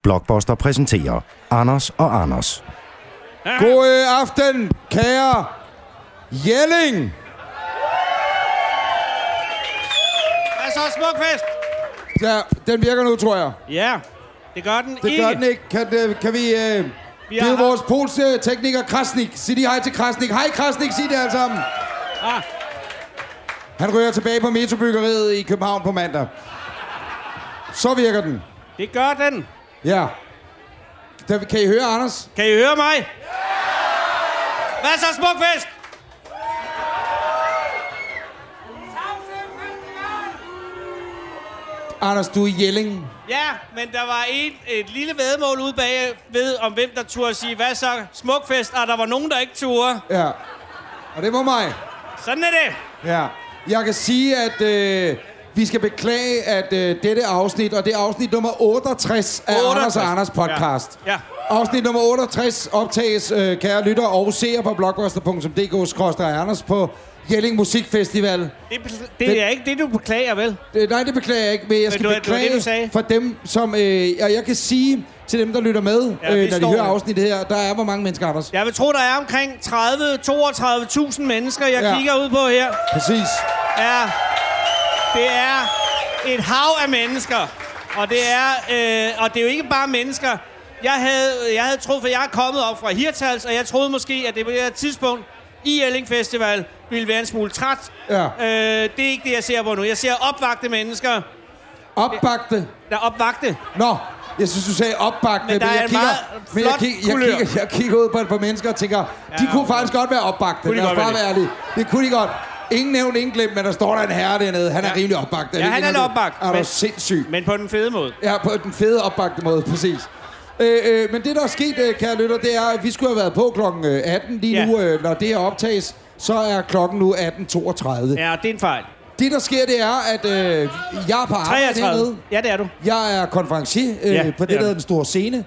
Blockbuster præsenterer Anders og Anders. God aften, kære Jelling. Hvad så, Smukfest? Ja, den virker nu, tror jeg. Ja, det gør den ikke. Det gør den ikke. Kan vi... Det er vores polske tekniker Krasnik. Sig lige hej til Krasnik. Hej Krasnik, sig det alle sammen. Ah. Han rører tilbage på metrobyggeriet i København på mandag. Så virker den. Det gør den. Ja. Kan I høre, Anders? Kan I høre mig? Hvad så, Smukfest? Anders, du er i Jelling. Ja, men der var et lille væddemål ude bag ved, om hvem der turde sige, hvad så, Smukfest, og der var nogen, der ikke turde. Ja. Og det var mig. Sådan er det. Ja. Jeg kan sige, at vi skal beklage, at dette afsnit, og det er afsnit nummer 68 af 68. Anders og Anders podcast. Ja. Afsnit nummer 68 optages, kære lytter og seere på blockbuster.dk/Anders på Jelling Musikfestival. Det er ikke det, du beklager, vel? Nej, det beklager jeg ikke, men jeg skal beklage for dem, som... jeg kan sige til dem, der lytter med, når de hører afsnittet her, der er hvor mange mennesker, Anders? Jeg vil tro, der er omkring 30-32.000 mennesker, jeg kigger ud på her. Præcis. Ja, det er et hav af mennesker. Og det er jo ikke bare mennesker. Jeg havde troet, for jeg er kommet op fra Hirtshals, og jeg troede måske, at det på det her tidspunkt i Jelling Festival ville være en smule træt. Ja. Det er ikke det, jeg ser på nu. Jeg ser opvagte mennesker. Opvagte? Der er opvagte. Nå, jeg synes, du sagde opvagte. Men der er en meget flot kulør. Jeg kigger ud på et par mennesker og tænker, de kunne faktisk godt være opvagte. Lad os bare være ærlige. Det kunne de godt. Ingen nævnt, ingen glemt, men der står der en herre dernede. Han er rimelig opbagt. Ja, han er opbagt. Er du sindssyg? Men på den fede måde. Ja, på den fede opbagte måde, præcis. Men det, der er sket, kære lytter, det er, at vi skulle have været på klokken 18 lige nu. Når det her optages, så er klokken nu 18.32. Ja, det er en fejl. Det, der sker, det er, at jeg er på arbejde hernede. Ja, det er du. Jeg er konferencier på det, der hedder Den Store Scene.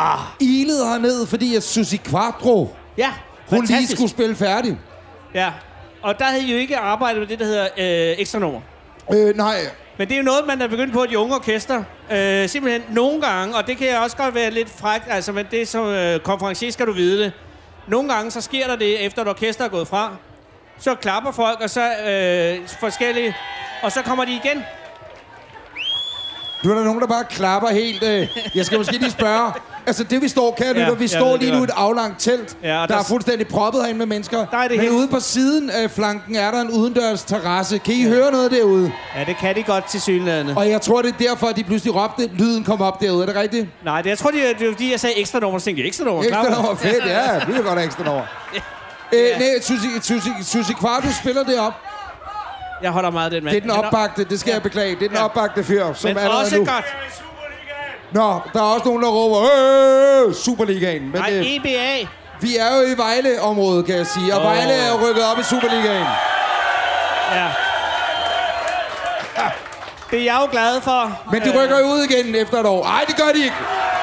Ilet hernede, fordi at Susie Quattro, hun lige skulle spille færdig. Ja, og der havde I jo ikke arbejdet med det, der hedder ekstra nummer. Nej. Men det er jo noget, man er begyndt på i de unge orkester. Simpelthen nogle gange, og det kan jeg også godt være lidt frækt, altså, men det som konferencier skal du vide det. Nogle gange, så sker der det, efter et orkester er gået fra. Så klapper folk, og så forskellige, og så kommer de igen. Nu er der nogen, der bare klapper helt. Jeg skal måske lige spørge. Altså det, vi står, kære lytter, vi står lige nu i et aflangt telt. Ja, der er fuldstændig proppet herinde med mennesker. Men ude på siden af flanken er der en udendørs terrasse. Kan I høre noget derude? Ja, det kan de godt til synlædende. Og jeg tror, det er derfor, at de pludselig råbte, lyden kom op derude. Er det rigtigt? Nej, jeg tror, det var fordi, jeg sagde ekstra nummer. Så tænkte jeg, ekstra nummer. Ekstra nummer, fedt. Ja, vi vil godt have ekstra nummer. Nej, Susie Quattro spiller det op. Jeg holder meget den mand. Det er den opbagte, det skal jeg beklage. Det er den opbagte fyr, som men er der også nu. Godt. Nå, der er også nogen, der råber Superligaen. Men, nej, EBA. Vi er jo i Vejle-området, kan jeg sige. Og Vejle er jo rykket op i Superligaen. Ja. Det er jeg jo glad for. Men de rykker jo ud igen efter et år. Ej, det gør de ikke.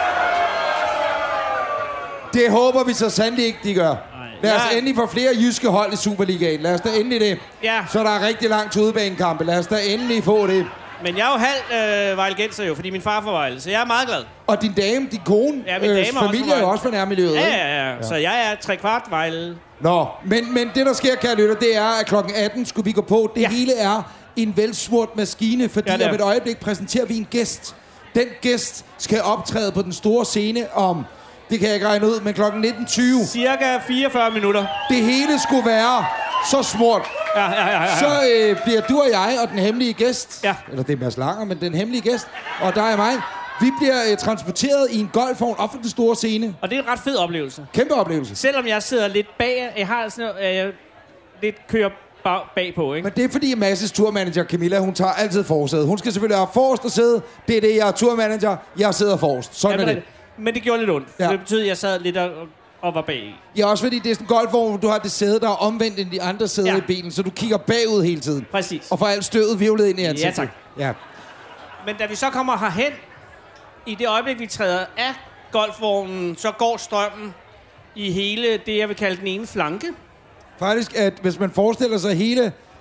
Det håber vi så sandelig ikke, de gør. Lad os endelig få flere jyske hold i Superligaen. Lad os da endelig det. Ja. Så der er rigtig langt til udebanekampe. Lad os da endelig få det. Men jeg er jo halv vejlegenser jo, fordi min far får Vejle, så jeg er meget glad. Og din dame, din kone, familie er jo også fra nærmiljøet. Ja. Så jeg er 3/4 Vejle. Nå, men det, der sker, kære lytter, det er, at klokken 18 skulle vi gå på. Det hele er en velsmurt maskine, fordi om et øjeblik præsenterer vi en gæst. Den gæst skal optræde på den store scene om... Det kan jeg ikke regne ud, men klokken 19.20. Cirka 44 minutter. Det hele skulle være så smurt. Ja. Så bliver du og jeg og den hemmelige gæst, eller det er Mads Langer, men den hemmelige gæst, og dig og mig, vi bliver transporteret i en golfvogn op for den store scene. Og det er en ret fed oplevelse. Kæmpe oplevelse. Selvom jeg sidder lidt bag, jeg har sådan lidt kører bagpå, ikke? Men det er fordi Mads' turmanager Camilla, hun tager altid forsædet. Hun skal selvfølgelig have forrest og sæde. Det er det, jeg er turmanager. Jeg sidder forrest. Sådan er det. Men det gjorde lidt ondt. Ja. Det betyder, at jeg sad lidt og var bag. Ja, også fordi det er sådan en golfvogn, hvor du har det sæde, der er omvendt end de andre sæder i bilen, så du kigger bagud hele tiden. Præcis. Og får alt støvet virvlet ind i ansigtet. Ja, tak. Ja. Men da vi så kommer herhen, i det øjeblik, vi træder af golfvognen, så går strømmen i hele det, jeg vil kalde den ene flanke. Faktisk, at hvis man forestiller sig hele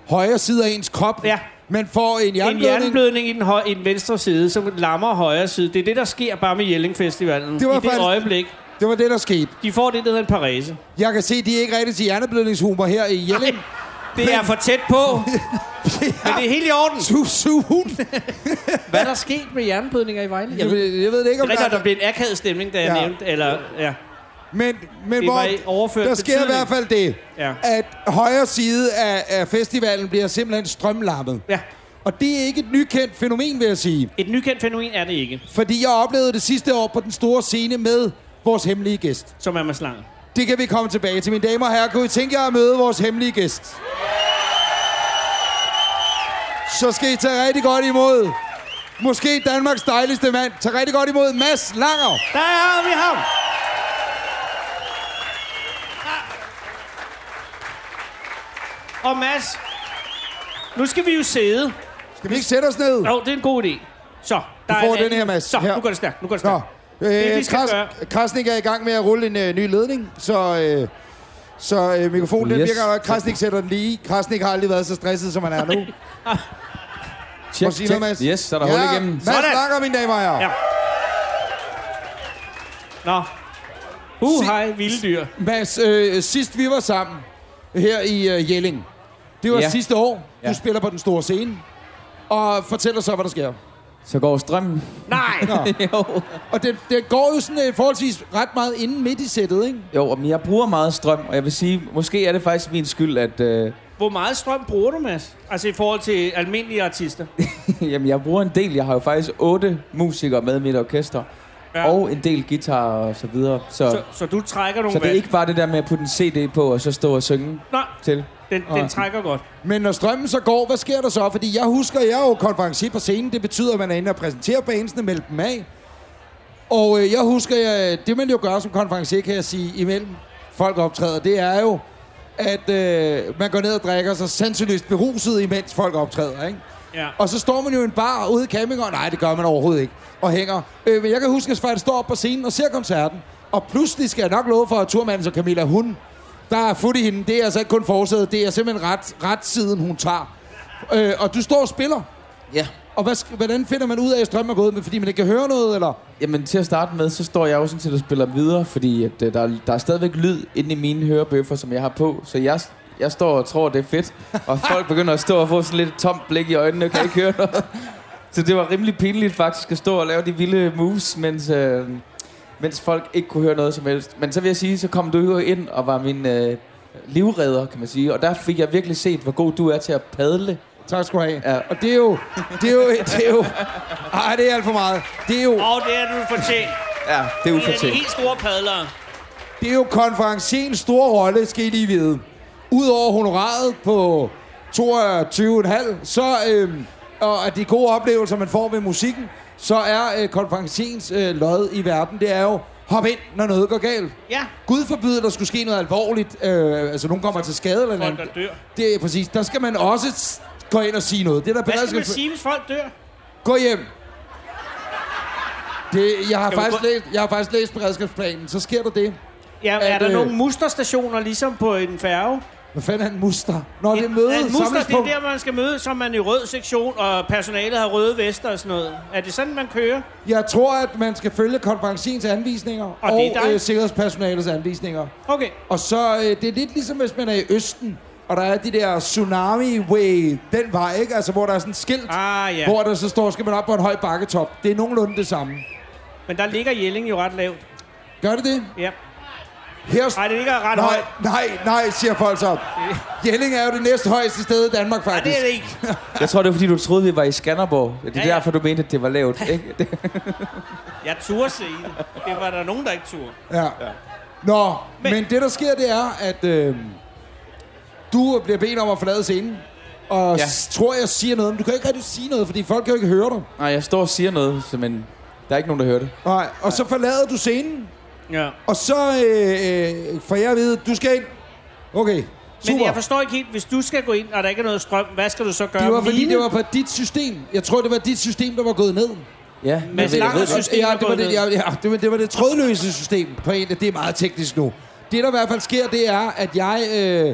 højre side af ens krop. Ja. Man får en hjerneblødning. En hjerneblødning i den venstre side, som lammer højre side. Det er det, der sker bare med Jelling Festivalen. Det var I det øjeblik. Det var det, der skete. De får det, der hedder en parese. Jeg kan se, de er ikke rigtig til hjerneblødningshumor her i Jelling. Det er for tæt på. Men det er helt i orden. Hvad er der sket med hjerneblødninger i Vejle? Jeg ved det ikke, om der blev en akavet stemning, da jeg nævnte. Eller, ja. Men der sker i hvert fald det, at højre side af festivalen bliver simpelthen strømlammet. Ja. Og det er ikke et nykendt fænomen, vil jeg sige. Et nykendt fænomen er det ikke. Fordi jeg oplevede det sidste år på den store scene med vores hemmelige gæst. Som er Mads Langer. Det kan vi komme tilbage til. Mine damer og herrer, kunne I tænke jer at møde vores hemmelige gæst? Så skal I tage rigtig godt imod. Måske Danmarks dejligste mand. Tag rigtig godt imod Mads Langer. Der har vi ham. Og Mads, nu skal vi jo sidde. Skal vi ikke sætte os ned? Jo, det er en god idé. Så, du får den her, Mads. Så, nu går det stærkt. Krasnik er i gang med at rulle en ny ledning, så mikrofonen den virker nok. Krasnik sætter den lige. Krasnik har aldrig været så stresset, som han er nu. Check. Mads. Yes, så er der hul igennem. Mads Langer, mine damer og herrer. Ja. Nå. Hej, vilde dyr. Mads, sidst vi var sammen her i Jelling, det var sidste år. Du spiller på den store scene. Og fortæl os så, hvad der sker. Så går strømmen. Nej! Jo. Og det går jo sådan forholdsvis ret meget inden midt i sættet, ikke? Jo, men jeg bruger meget strøm, og jeg vil sige, måske er det faktisk min skyld, at... Hvor meget strøm bruger du, Mads? Altså i forhold til almindelige artister? Jamen, jeg bruger en del. Jeg har jo faktisk 8 musikere med i mit orkester. Ja. Og en del guitar og så videre. Så du trækker nogle... Så det er ikke bare det der med at putte en CD på, og så stå og synge til. Den trækker godt. Men når strømmen så går, hvad sker der så? Fordi jeg er jo konferencier på scenen. Det betyder, at man er inde og præsenterer bandsene, melde dem af. Og jeg husker, det man jo gør som konferencier, kan jeg sige, imellem folk optræder, det er jo, at man går ned og drikker sig sandsynligst beruset, imens folk optræder, ikke? Ja. Og så står man jo i en bar ude i campingården. Nej, det gør man overhovedet ikke. Og hænger. Men jeg kan huske, at jeg står op på scenen og ser koncerten. Og pludselig skal jeg nok love for, at turmanden så Camilla, der er fod i hende. Det er altså ikke kun forsædet. Det er simpelthen ret siden, hun tager. Og du står og spiller. Ja. Og hvordan finder man ud af, at strømmen er gået med? Fordi man ikke kan høre noget, eller? Jamen, til at starte med, så står jeg jo sådan til at spille videre. Fordi at, der er stadigvæk lyd inde i mine hørebøffer, som jeg har på. Så jeg står og tror, det er fedt. Og folk begynder at stå og få sådan lidt tomt blik i øjnene, og kan ikke høre noget. Så det var rimelig pinligt faktisk at stå og lave de vilde moves, mens folk ikke kunne høre noget som helst. Men så vil jeg sige, så kom du jo ind og var min livredder, kan man sige. Og der fik jeg virkelig set, hvor god du er til at padle. Tak skal du have. Ja. Og det er jo... Ej, det er alt for meget. Det er jo... det er du fortjent. Ja, det er ufortjent. Det er de helt store padlere. Det er jo konferenciens store rolle, skal I lige vide. Udover honoraret på 22,5, så... og at de gode oplevelser, man får ved musikken, så er konferenciens lod i verden, det er jo hop ind, når noget går galt. Ja. Gud forbyder, der skulle ske noget alvorligt. Altså, nogen kommer til skade eller noget. Folk, der dør. Det er præcis. Der skal man også gå ind og sige noget. Det der hvad skal man sige, hvis folk dør? Gå hjem. Jeg har faktisk læst beredskabsplanen. Så sker der det. Ja, er der nogle musterstationer, ligesom på en færge? Hvad fanden er en muster? Når det er møde, en muster, det er der, man skal møde, som man i rød sektion, og personalet har røde vester og sådan noget. Er det sådan, man kører? Jeg tror, at man skal følge konferenciens anvisninger og sikkerhedspersonalets anvisninger. Okay. Og så, det er lidt ligesom, hvis man er i Østen, og der er de der tsunami way, den vej, ikke? Altså, hvor der er sådan et skilt, hvor der så står, skal man op på en høj bakketop. Det er nogenlunde det samme. Men der ligger Jelling jo ret lavt. Gør det det? Ja. Nej, det ligger ret højt. Nej, siger folk så. Jelling er jo det næste højeste sted i Danmark, faktisk. Nej, det er det ikke. Jeg tror, det var, fordi du troede, vi var i Skanderborg. Det er derfor, du mente, at det var lavt, ikke? Jeg turde se det. Det var der nogen, der ikke turde. Ja. Nå, men det, der sker, det er, at du bliver bedt om at forlade scenen. Og tror, jeg siger noget, men du kan ikke rigtig sige noget, fordi folk kan jo ikke høre dig. Nej, jeg står og siger noget, men der er ikke nogen, der hører det. Nej, og så forlader du scenen. Ja. Og så får jeg at vide, du skal ind. Okay, super. Men jeg forstår ikke helt, hvis du skal gå ind, og der ikke er noget strøm, hvad skal du så gøre? Det var fordi, det var på dit system. Jeg tror, det var dit system, der var gået ned. Ja, men det var det trådløse system på en. Det er meget teknisk nu. Det, der i hvert fald sker, det er, at jeg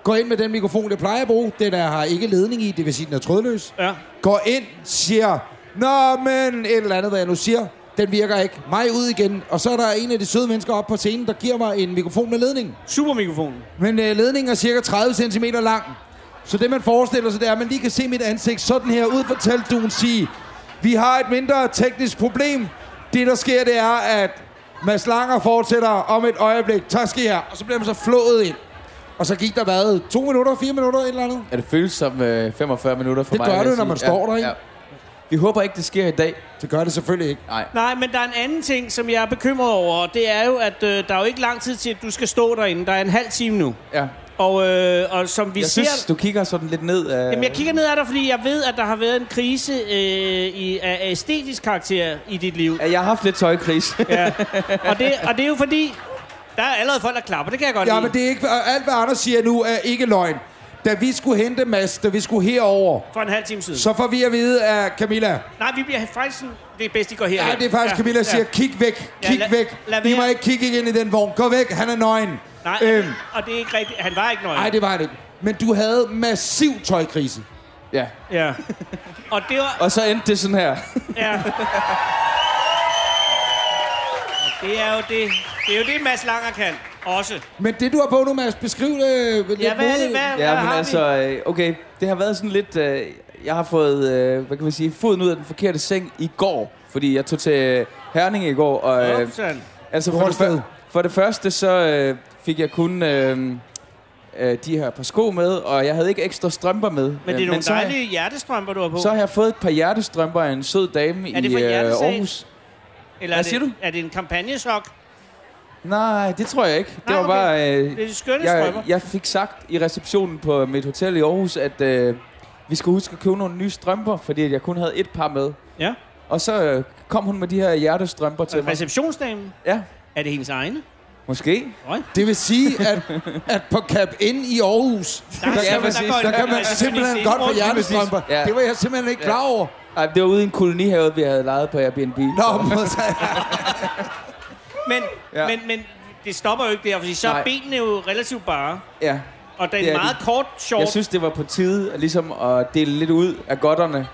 Går ind med den mikrofon, jeg plejer at bruge. Den har ikke ledning i, det vil sige, den er trådløs. Ja. Går ind, siger, nå, men et eller andet, hvad jeg nu siger. Den virker ikke. Mig ud igen. Og så er der en af de søde mennesker oppe på scenen, der giver mig en mikrofon med ledning. Supermikrofonen. Men ledningen er cirka 30 cm lang. Så det, man forestiller sig, det er, at man lige kan se mit ansigt sådan her ud for teltduen sige, vi har et mindre teknisk problem. Det, der sker, det er, at Mads Langer fortsætter om et øjeblik. Tak skal I have. Og så bliver man så flået ind. Og så gik der hvad? 2 minutter, 4 minutter, et eller andet? Ja, det føles som 45 minutter for mig. Det gør det, når man står der, ikke? Ja. Vi håber ikke, det sker i dag. Det gør det selvfølgelig ikke. Nej, men der er en anden ting, som jeg er bekymret over. Og det er jo, at der er jo ikke lang tid til, at du skal stå derinde. Der er en halv time nu. Ja. Og som vi jeg synes, du kigger sådan lidt ned af... Jamen, jeg kigger ned af dig, fordi jeg ved, at der har været en krise af æstetisk karakter i dit liv. Ja, jeg har haft lidt tøjkrise. Ja. Og det er jo fordi, der er allerede folk, der klapper. Det kan jeg godt lide. Ja, men det er ikke... Alt, hvad Anders siger nu, er ikke løgn. Da vi skulle hente Mads, da vi skulle herover, for en halv time siden, så får vi at vide af Camilla. Nej, vi bliver faktisk sådan, det er bedst, I går her. Ja, det er faktisk Camilla siger, kig væk, kig væk. Vi må ikke kigge ind i den vogn. Gå væk, han er nøgen. Nej, og det er ikke rigtigt. Han var ikke nøgen. Nej, det var han ikke. Men du havde massiv tøjkrise. Ja. Ja. Og det var... Og så endte det sådan her. Ja. Det er jo det. Det er jo det, Mads Langer kan også. Men det, du har på nu, Mads, beskriv det lidt. Ja, hvad er det? Hvad men altså, okay, det har været sådan lidt... jeg har fået, hvad kan man sige, foden ud af den forkerte seng i går. Fordi jeg tog til Herning i går, og... altså, for det første, så fik jeg kun... de her par sko med, og jeg havde ikke ekstra strømper med. Men det er nogle dejlige hjertestrømper, du har på. Så har jeg fået et par hjertestrømper af en sød dame i Aarhus. Eller hvad siger du? Er det en kampagnesok? Nej, det tror jeg ikke. Det var bare... det er skønne strømper. Jeg fik sagt i receptionen på mit hotel i Aarhus, at vi skulle huske at købe nogle nye strømper, fordi jeg kun havde et par med. Ja. Og så kom hun med de her hjertestrømper til mig. Receptionsdamen? Ja. Er det hendes egne? Måske. Det vil sige, at på Cap Inn i Aarhus, der kan man simpelthen godt få hjertestrømper. Ja. Det var jeg simpelthen ikke klar over. Nej, det var ude i en kolonihave, vi havde lejet på Airbnb. Nå, men det stopper jo ikke der, fordi så er benene jo relativt bare. Ja. Og det er en meget kort short. Jeg synes, det var på tide ligesom at dele lidt ud af godterne.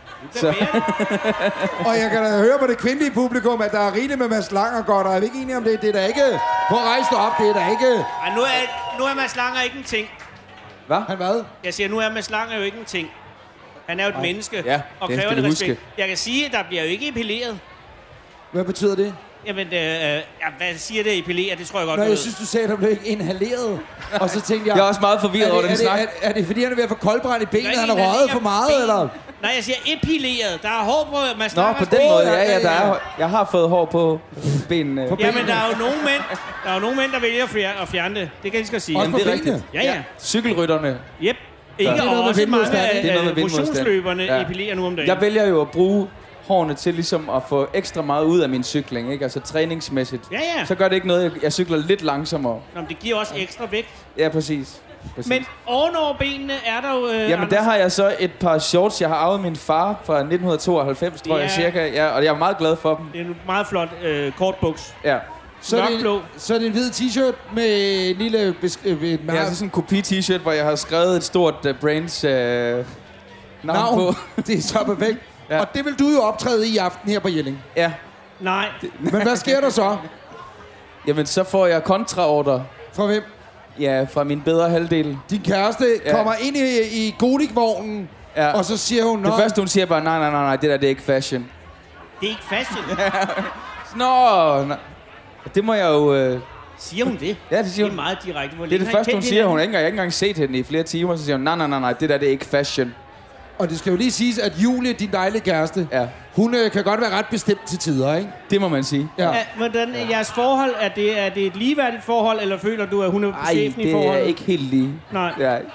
Og jeg kan da høre på det kvindelige publikum, at der er rigeligt med Mads Langer godt, og er vi ikke enige om det? Det er da ikke... På at rejse dig op, det er da ikke... Ej, nu er Mads Langer ikke en ting. Hvad? Han hvad? Jeg siger, nu er Mads Langer jo ikke en ting. Han er jo et menneske, ja, og kræver det respekt. Jeg kan sige, at der bliver jo ikke epileret. Hvad betyder det? Jamen, hvad siger det epileret? Det tror jeg godt, jeg synes, du sagde, at der blev ikke inhaleret. Og så tænkte jeg... Jeg er også meget forvirret over den snak. Er det fordi, han er ved at få koldbrand i benene, han har røget for meget, eller? Nej, jeg siger epileret. Der er hår på Mads Langers. Nå, på den måde, ja, der er... Jeg har fået hår på benene. Jamen, der er jo nogle mænd, der vælger at fjerne det. Det kan jeg skal sige. Også det er rigtigt. Ja. Cykelrytterne. Yep. Ikke og også mange af motionsløberne epilerer nu om dagen. Jeg vælger jo at bruge hårene til ligesom at få ekstra meget ud af min cykling, ikke? Altså træningsmæssigt. Ja. Så gør det ikke noget, jeg cykler lidt langsommere. Nå, men det giver også ekstra vægt. Ja, præcis. Men ovenover benene er der jo... Jamen, Anders, der har jeg så et par shorts, jeg har arvet min far fra 1992, tror jeg cirka. Ja, og jeg er meget glad for dem. Det er en meget flot kort buks. Ja. Så er det en hvid t-shirt med en lille... Ja, så sådan en kopi-t-shirt, hvor jeg har skrevet et stort brands navn på. Det er så perfekt. Ja. Og det vil du jo optræde i aften her på Jelling. Ja. Nej. Men hvad sker der så? Jamen, så får jeg kontraordre. Fra hvem? Ja, fra min bedre halvdel. Din kæreste kommer ind i Godik-vognen, og så siger hun... Det første, hun siger bare, nej, det der, det er ikke fashion. Det er ikke fashion? Nå. Det må jeg jo... Siger hun det? Ja, det siger hun. Det er meget direkte. Det er det første, hun siger. Jeg har ikke engang set hende i flere timer. Så siger hun, nej, det der, det er ikke fashion. Og det skal jo lige siges, at Julie, din dejlige kæreste, hun kan godt være ret bestemt til tider, ikke? Det må man sige. Ja. Hvordan jeres forhold, er det et ligeværdigt forhold, eller føler du, at hun er chefen i forholdet? det er ikke helt lige. Nej. Det er ikke.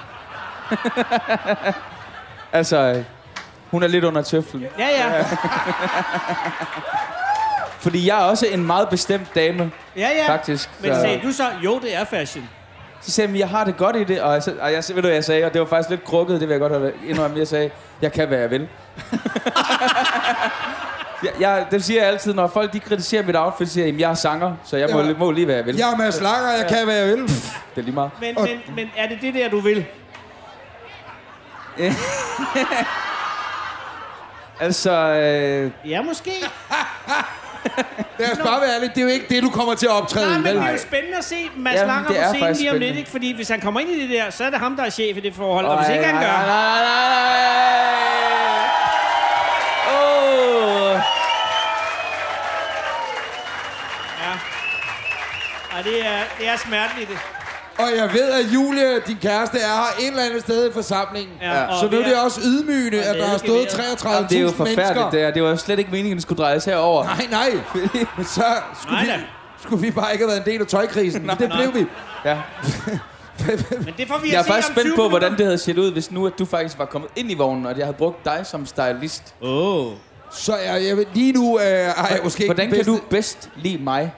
Altså, hun er lidt under tøflen. Ja. Fordi jeg er også en meget bestemt dame. Ja. Faktisk. Men sagde du så, jo, det er fashion? Så sagde jeg, jeg har det godt i det, og ved du, jeg sagde, og det var faktisk lidt krukket, det vil jeg godt have indrømme, jeg sagde, jeg kan, hvad jeg vil. Det siger jeg altid, når folk de kritiserer mit outfit, siger jeg, jeg er sanger, så jeg må lige, hvad jeg vil. Jeg er Mads Langer, jeg kan, hvad jeg vil. Det er lige meget. Men er det der, du vil? Altså... Ja, måske. Lad os bare være ærlig. Det er jo ikke det, du kommer til at optræde. Nej, men det er jo spændende at se Mads Langer på scenen lige om lidt, ikke? Fordi hvis han kommer ind i det der, så er det ham, der er chef i det forhold. Og hvis ikke han gør... Ja. Og det er smerteligt. Og jeg ved, at Julie, din kæreste, er her et eller andet sted i forsamlingen. Ja. Så nu er det også ydmygende, at der har stået 33.000 mennesker. Det er jo forfærdeligt, det var jo slet ikke meningen, at det skulle drejes herover. Nej. Men så skulle vi bare ikke have været en del af tøjkrisen. Det blev vi. Ja. Men det får vi jeg er faktisk spændt på, hvordan det havde set ud, hvis nu, at du faktisk var kommet ind i vognen, og jeg havde brugt dig som stylist. Så jeg ved, lige nu har jeg måske ikke hvordan kan du bedst lide mig?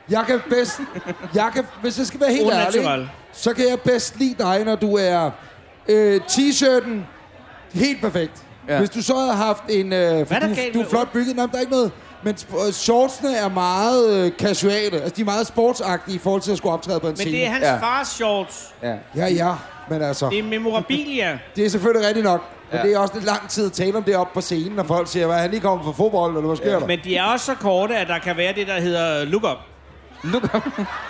Hvis jeg skal være helt ærlig, så kan jeg bedst lide dig, når du er t-shirten helt perfekt. Ja. Hvis du så havde haft en... du er flot bygget, der er ikke noget... Men shortsene er meget casuale. Altså, de er meget sportsagtige i forhold til at skulle optræde på en scene. Men det er hans fars shorts. Ja. Men altså... Det er memorabilia. Det er selvfølgelig rigtigt nok. Men det er også lidt lang tid at tale om det op på scenen, når folk siger, hvad han lige kommer fra fodbold, eller hvad sker der? Men de er også så korte, at der kan være det, der hedder look up. Look up.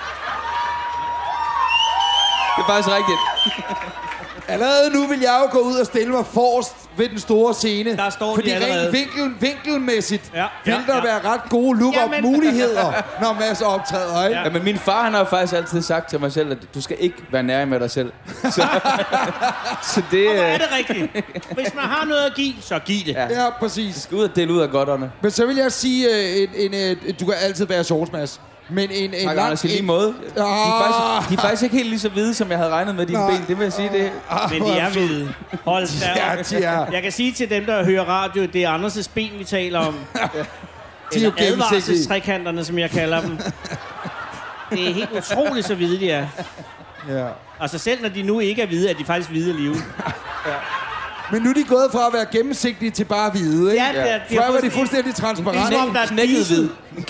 Det er faktisk rigtigt. Allerede nu vil jeg jo gå ud og stille mig forrest ved den store scene. Der står fordi rent vinkelmæssigt vil der være ret gode look-up-muligheder, når Mads optræder, ikke? Ja, men min far, han har jo faktisk altid sagt til mig selv, at du skal ikke være nær med dig selv. Så det... Og er det rigtigt? Hvis man har noget at give, så giv det. Ja, præcis. Du skal ud og dele ud af godterne. Men så vil jeg sige, du kan altid bære shorts, Mads. Men en lang... lige måde. De er faktisk ikke helt lige så hvide, som jeg havde regnet med dine ben. Det vil jeg sige, det. Men de er hvide. Hold da. Jeg kan sige til dem, der hører radio, det er Anders' ben, vi taler om. Eller advarselstrekanterne, som jeg kalder dem. Det er helt utroligt, så hvide de er. Ja. Altså selv når de nu ikke er hvide, er de faktisk hvide alligevel. Ja. Men nu er de gået fra at være gennemsigtige til bare hvide, ikke? Ja, før var de fuldstændig transparente. Knækket hvid.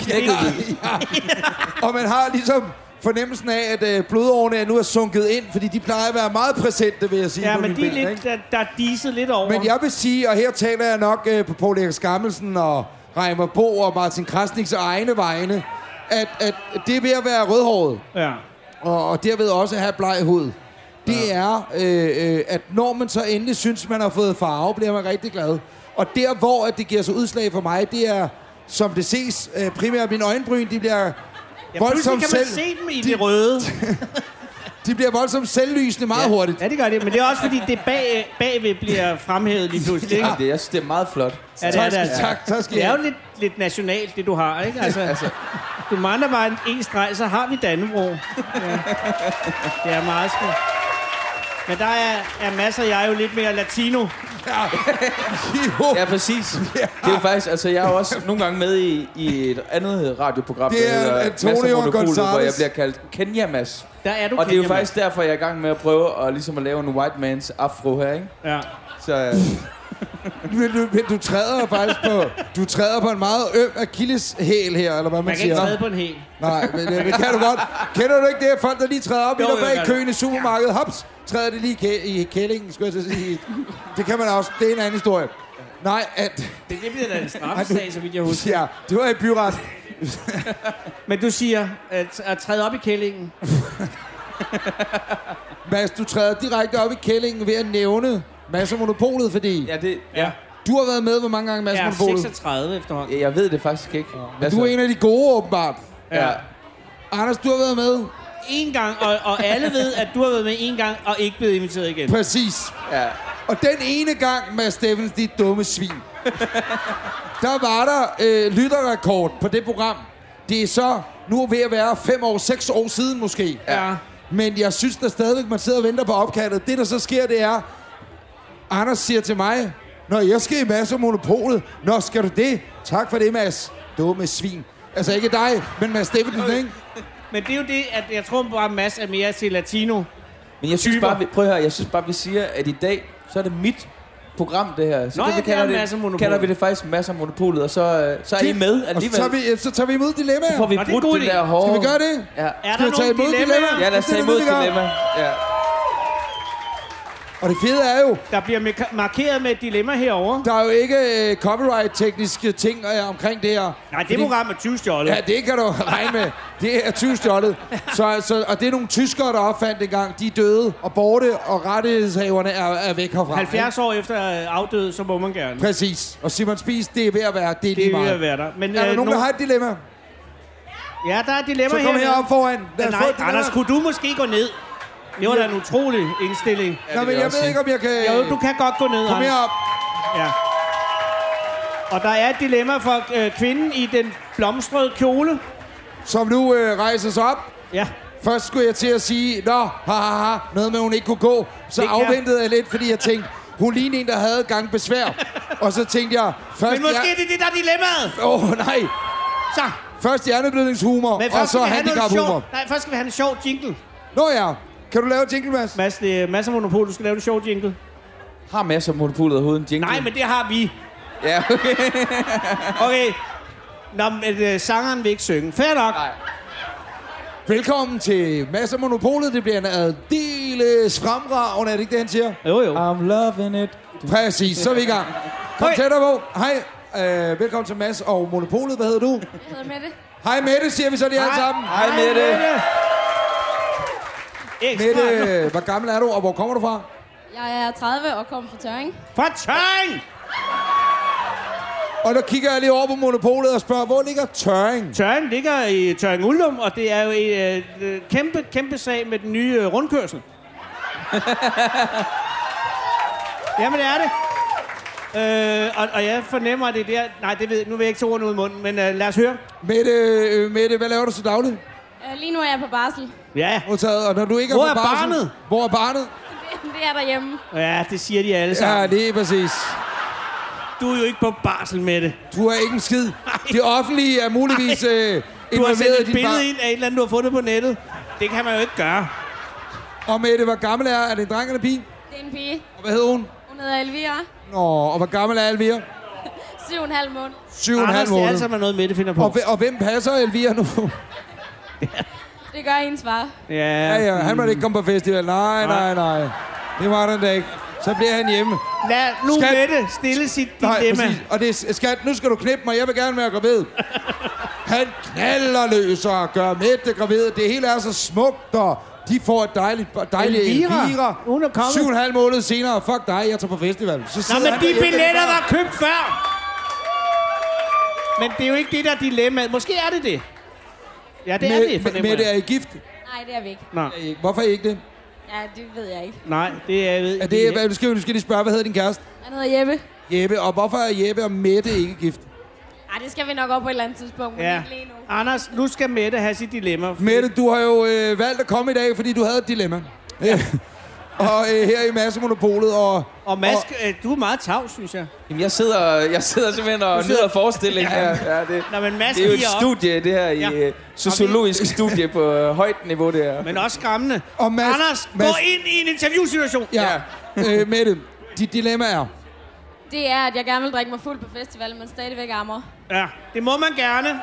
Og man har ligesom fornemmelsen af, at blodårene nu er sunket ind, fordi de plejer at være meget præsente, vil jeg sige. Ja, men de er lidt, der er diset lidt over. Men jeg vil sige, og her taler jeg nok på Poul Erik Skammelsen og Reimer Bo og Martin Krasniks egne vegne, at det er ved at være rødhåret. Ja. Og derved også at have bleg hud. Det er, at når man så endelig synes, man har fået farve, bliver man rigtig glad. Og der, hvor at det giver sig udslag for mig, det er, som det ses, primært mine øjenbryn, de bliver voldsomt kan man se dem i det røde. De bliver voldsomt selvlysende meget hurtigt. Ja, det gør det. Men det er også, fordi det bagved bliver fremhevet lige pludselig. Ja, det er meget flot. Ja, det er jo lidt nationalt, det du har, ikke? Altså, du mangler bare en streg, så har vi Dannebrog. Ja. Det er meget smukt. Men der er masser, jeg er jo lidt mere latino. Ja, præcis. Det er jo faktisk, altså jeg er også nogle gange med i et andet radioprogram, det er Antonio Gonzalez, hvor jeg bliver kaldt Kenya Mads. Der er du. Og det er jo faktisk derfor, jeg er i gang med at prøve at, ligesom at lave en white man's afro her, ikke? Ja. Så... du træder faktisk på en meget øm akilleshæl her, eller hvad man siger. Man kan ikke træde på en hæl. Nej, men det kan du godt. Kender du ikke det, folk der lige træder op i bag køen i supermarkedet? Hops, træder det lige i kællingen, skulle jeg sige. Det kan man også. Det er en anden historie. Nej, at... Det bliver da en straffesag, så vidt jeg husker. Ja, det var i byret. Men du siger, at træde op i kællingen. Mads, du træder direkte op i kællingen ved at nævne Mads og Monopolet, fordi... Ja. Du har været med, hvor mange gange Mads og Monopolet? 36 efterhånden. Jeg ved det faktisk ikke. Ja. Du er en af de gode, åbenbart. Ja. Anders, du har været med? En gang, og alle ved, at du har været med en gang, og ikke blevet inviteret igen. Præcis. Ja. Og den ene gang, Mads Steffens, dit dumme svin, der var der lytterrekord på det program. Det er så nu ved at være 6 år siden måske. Ja. Men jeg synes der stadigvæk, man sidder og venter på opkaldet. Det, der så sker, det er, Anders siger til mig, når jeg skal i Mads og Monopolet, nå, skal du det? Tak for det, Mads. Dumme svin. Altså ikke dig, men Mads Steffensen, ikke? Men det er jo det, at jeg tror bare, Mads er mere til latino. Men jeg synes bare, jeg synes bare, vi siger, at i dag, så er det mit program, det her. Så kalder vi det faktisk Mads og Monopolet, og så er I med alligevel. Så tager vi imod dilemmaer. Så får vi brudt det der hårde. Skal vi gøre det? Ja. Er der nogle dilemmaer? Ja, lad os tage imod dilemmaer. Ja. Og det fede er jo... Der bliver markeret med et dilemma herovre. Der er jo ikke copyright-tekniske ting omkring det her. Nej, det program er 20 stjålet. Ja, det kan du regne med. Det er 20 stjålet. Og det er nogle tyskere, der opfandt det engang. De er døde og borte, og rettighedshaverne er væk herfra. 70 år efter afdød, så må man gerne. Præcis. Og Simon Spies, det er ved at være. Det er ved at være der. Men, er der nogen, der har et dilemma? Ja, der er et dilemma her. Så kom herop foran. Nej, Anders, kunne du måske gå ned? Det var da en utrolig indstilling. Ja, men jeg ved ikke, om jeg kan... Jo, du kan godt gå ned, Kom herop. Ja. Og der er et dilemma for kvinden i den blomstrede kjole. Som nu rejser sig op. Ja. Først skulle jeg til at sige, noget med, hun ikke kunne gå. Så afventede jeg lidt, fordi jeg tænkte, hun lignede en, der havde gangbesvær. Og så tænkte jeg... Men måske det er det, der er dilemmaet. Nej. Så. Først hjerneblødningshumor, og så handicaphumor. Nej, først skal vi have en sjov jingle. Nå ja. Kan du lave jingle, Mads? Mads, det er masser af monopol. Du skal lave en sjov jingle. Har masser af monopolet overhovedet en jingle? Nej, men det har vi. Ja, okay. Okay. Nå, men sangeren vil ikke synge. Fair nok. Nej. Velkommen til Mads af Monopolet. Det bliver en aldeles fremragende. Er det ikke det, han siger? Jo. I'm loving it. Præcis, så er vi i gang. Kom tættere på. Hej. Velkommen til Mads og Monopolet. Hvad hedder du? Jeg hedder Mette. Hej Mette, siger vi så de alle sammen. Hej Mette. Mette, hvor gammel er du, og hvor kommer du fra? Jeg er 30 og kommer fra Tørring. Fra Tørring! Og der kigger jeg lige over på Monopolet og spørger, hvor ligger Tørring? Tørring ligger i Tørring Uldum, og det er jo en kæmpe sag med den nye rundkørsel. Jamen, det er det. Og jeg fornemmer, at det der... Nej, det ved, nu vil jeg ikke tage ordene ud i munden, men lad os høre. Mette, hvad laver du så dagligt? Lige nu er jeg på barsel. Ja. Og når du ikke Hvor er på barsel... barnet? Hvor er barnet? Det er derhjemme. Ja, det siger de alle sammen. Ja, det er præcis. Du er jo ikke på barsel med det. Du er ikke en skid. Det offentlige er muligvis du har sendt et billede ind af et eller andet, du har fundet på nettet. Det kan man jo ikke gøre. Og Mette, hvor gammel er det en dreng eller pige? Det er en pige. Og hvad hedder hun? Hun hedder Elvira. Nå, og hvor gammel er Elvira? 7,5 måneder. 7,5 måneder. Anders, det er altså noget med, det finder på. Og hvem passer Elvira nu? Det gør hendes far. Ja, han må ikke komme på festival. Nej. Det var den da ikke. Så bliver han hjemme. Lad nu Mette stille sit dilemma. Nej, og det er, skat, nu skal du knippe mig. Jeg vil gerne være gravid. Han knaller løs og gør Mette gravid. Det hele er så smukt, og de får et dejligt Elvira. Hun er kommet. 7,5 måneder senere. Fuck dig, jeg tager på festival. Nå, men de billetter var købt før. Men det er jo ikke det, der er dilemmaet. Måske er det det. Ja, det er det. Mette, er I gift? Nej, det er vi ikke. Nå. Hvorfor er I ikke det? Ja, det ved jeg ikke. Nej, det er jeg ved. Du skal lige spørge, hvad hedder din kæreste? Han hedder Jeppe. Jeppe, og hvorfor er Jeppe og Mette ikke gift? Ej, det skal vi nok op på et eller andet tidspunkt, men ikke lige nu. Anders, nu skal Mette have sit dilemma. Mette, du har jo valgt at komme i dag, fordi du havde et dilemma. Og her i Mads Monopolet og Mads, du er meget tavs, synes jeg. Jamen, jeg sidder simpelthen og nyder forestillingen her. Ja, Nå, men Mads, det er jo et studie, det her i sociologisk studie på højt niveau, det her. Men også skræmmende. Og Anders, gå ind i en interviewsituation. Ja. Mette, dit dilemma er? Det er, at jeg gerne vil drikke mig fuld på festivalen, men stadigvæk ammer. Ja, det må man gerne.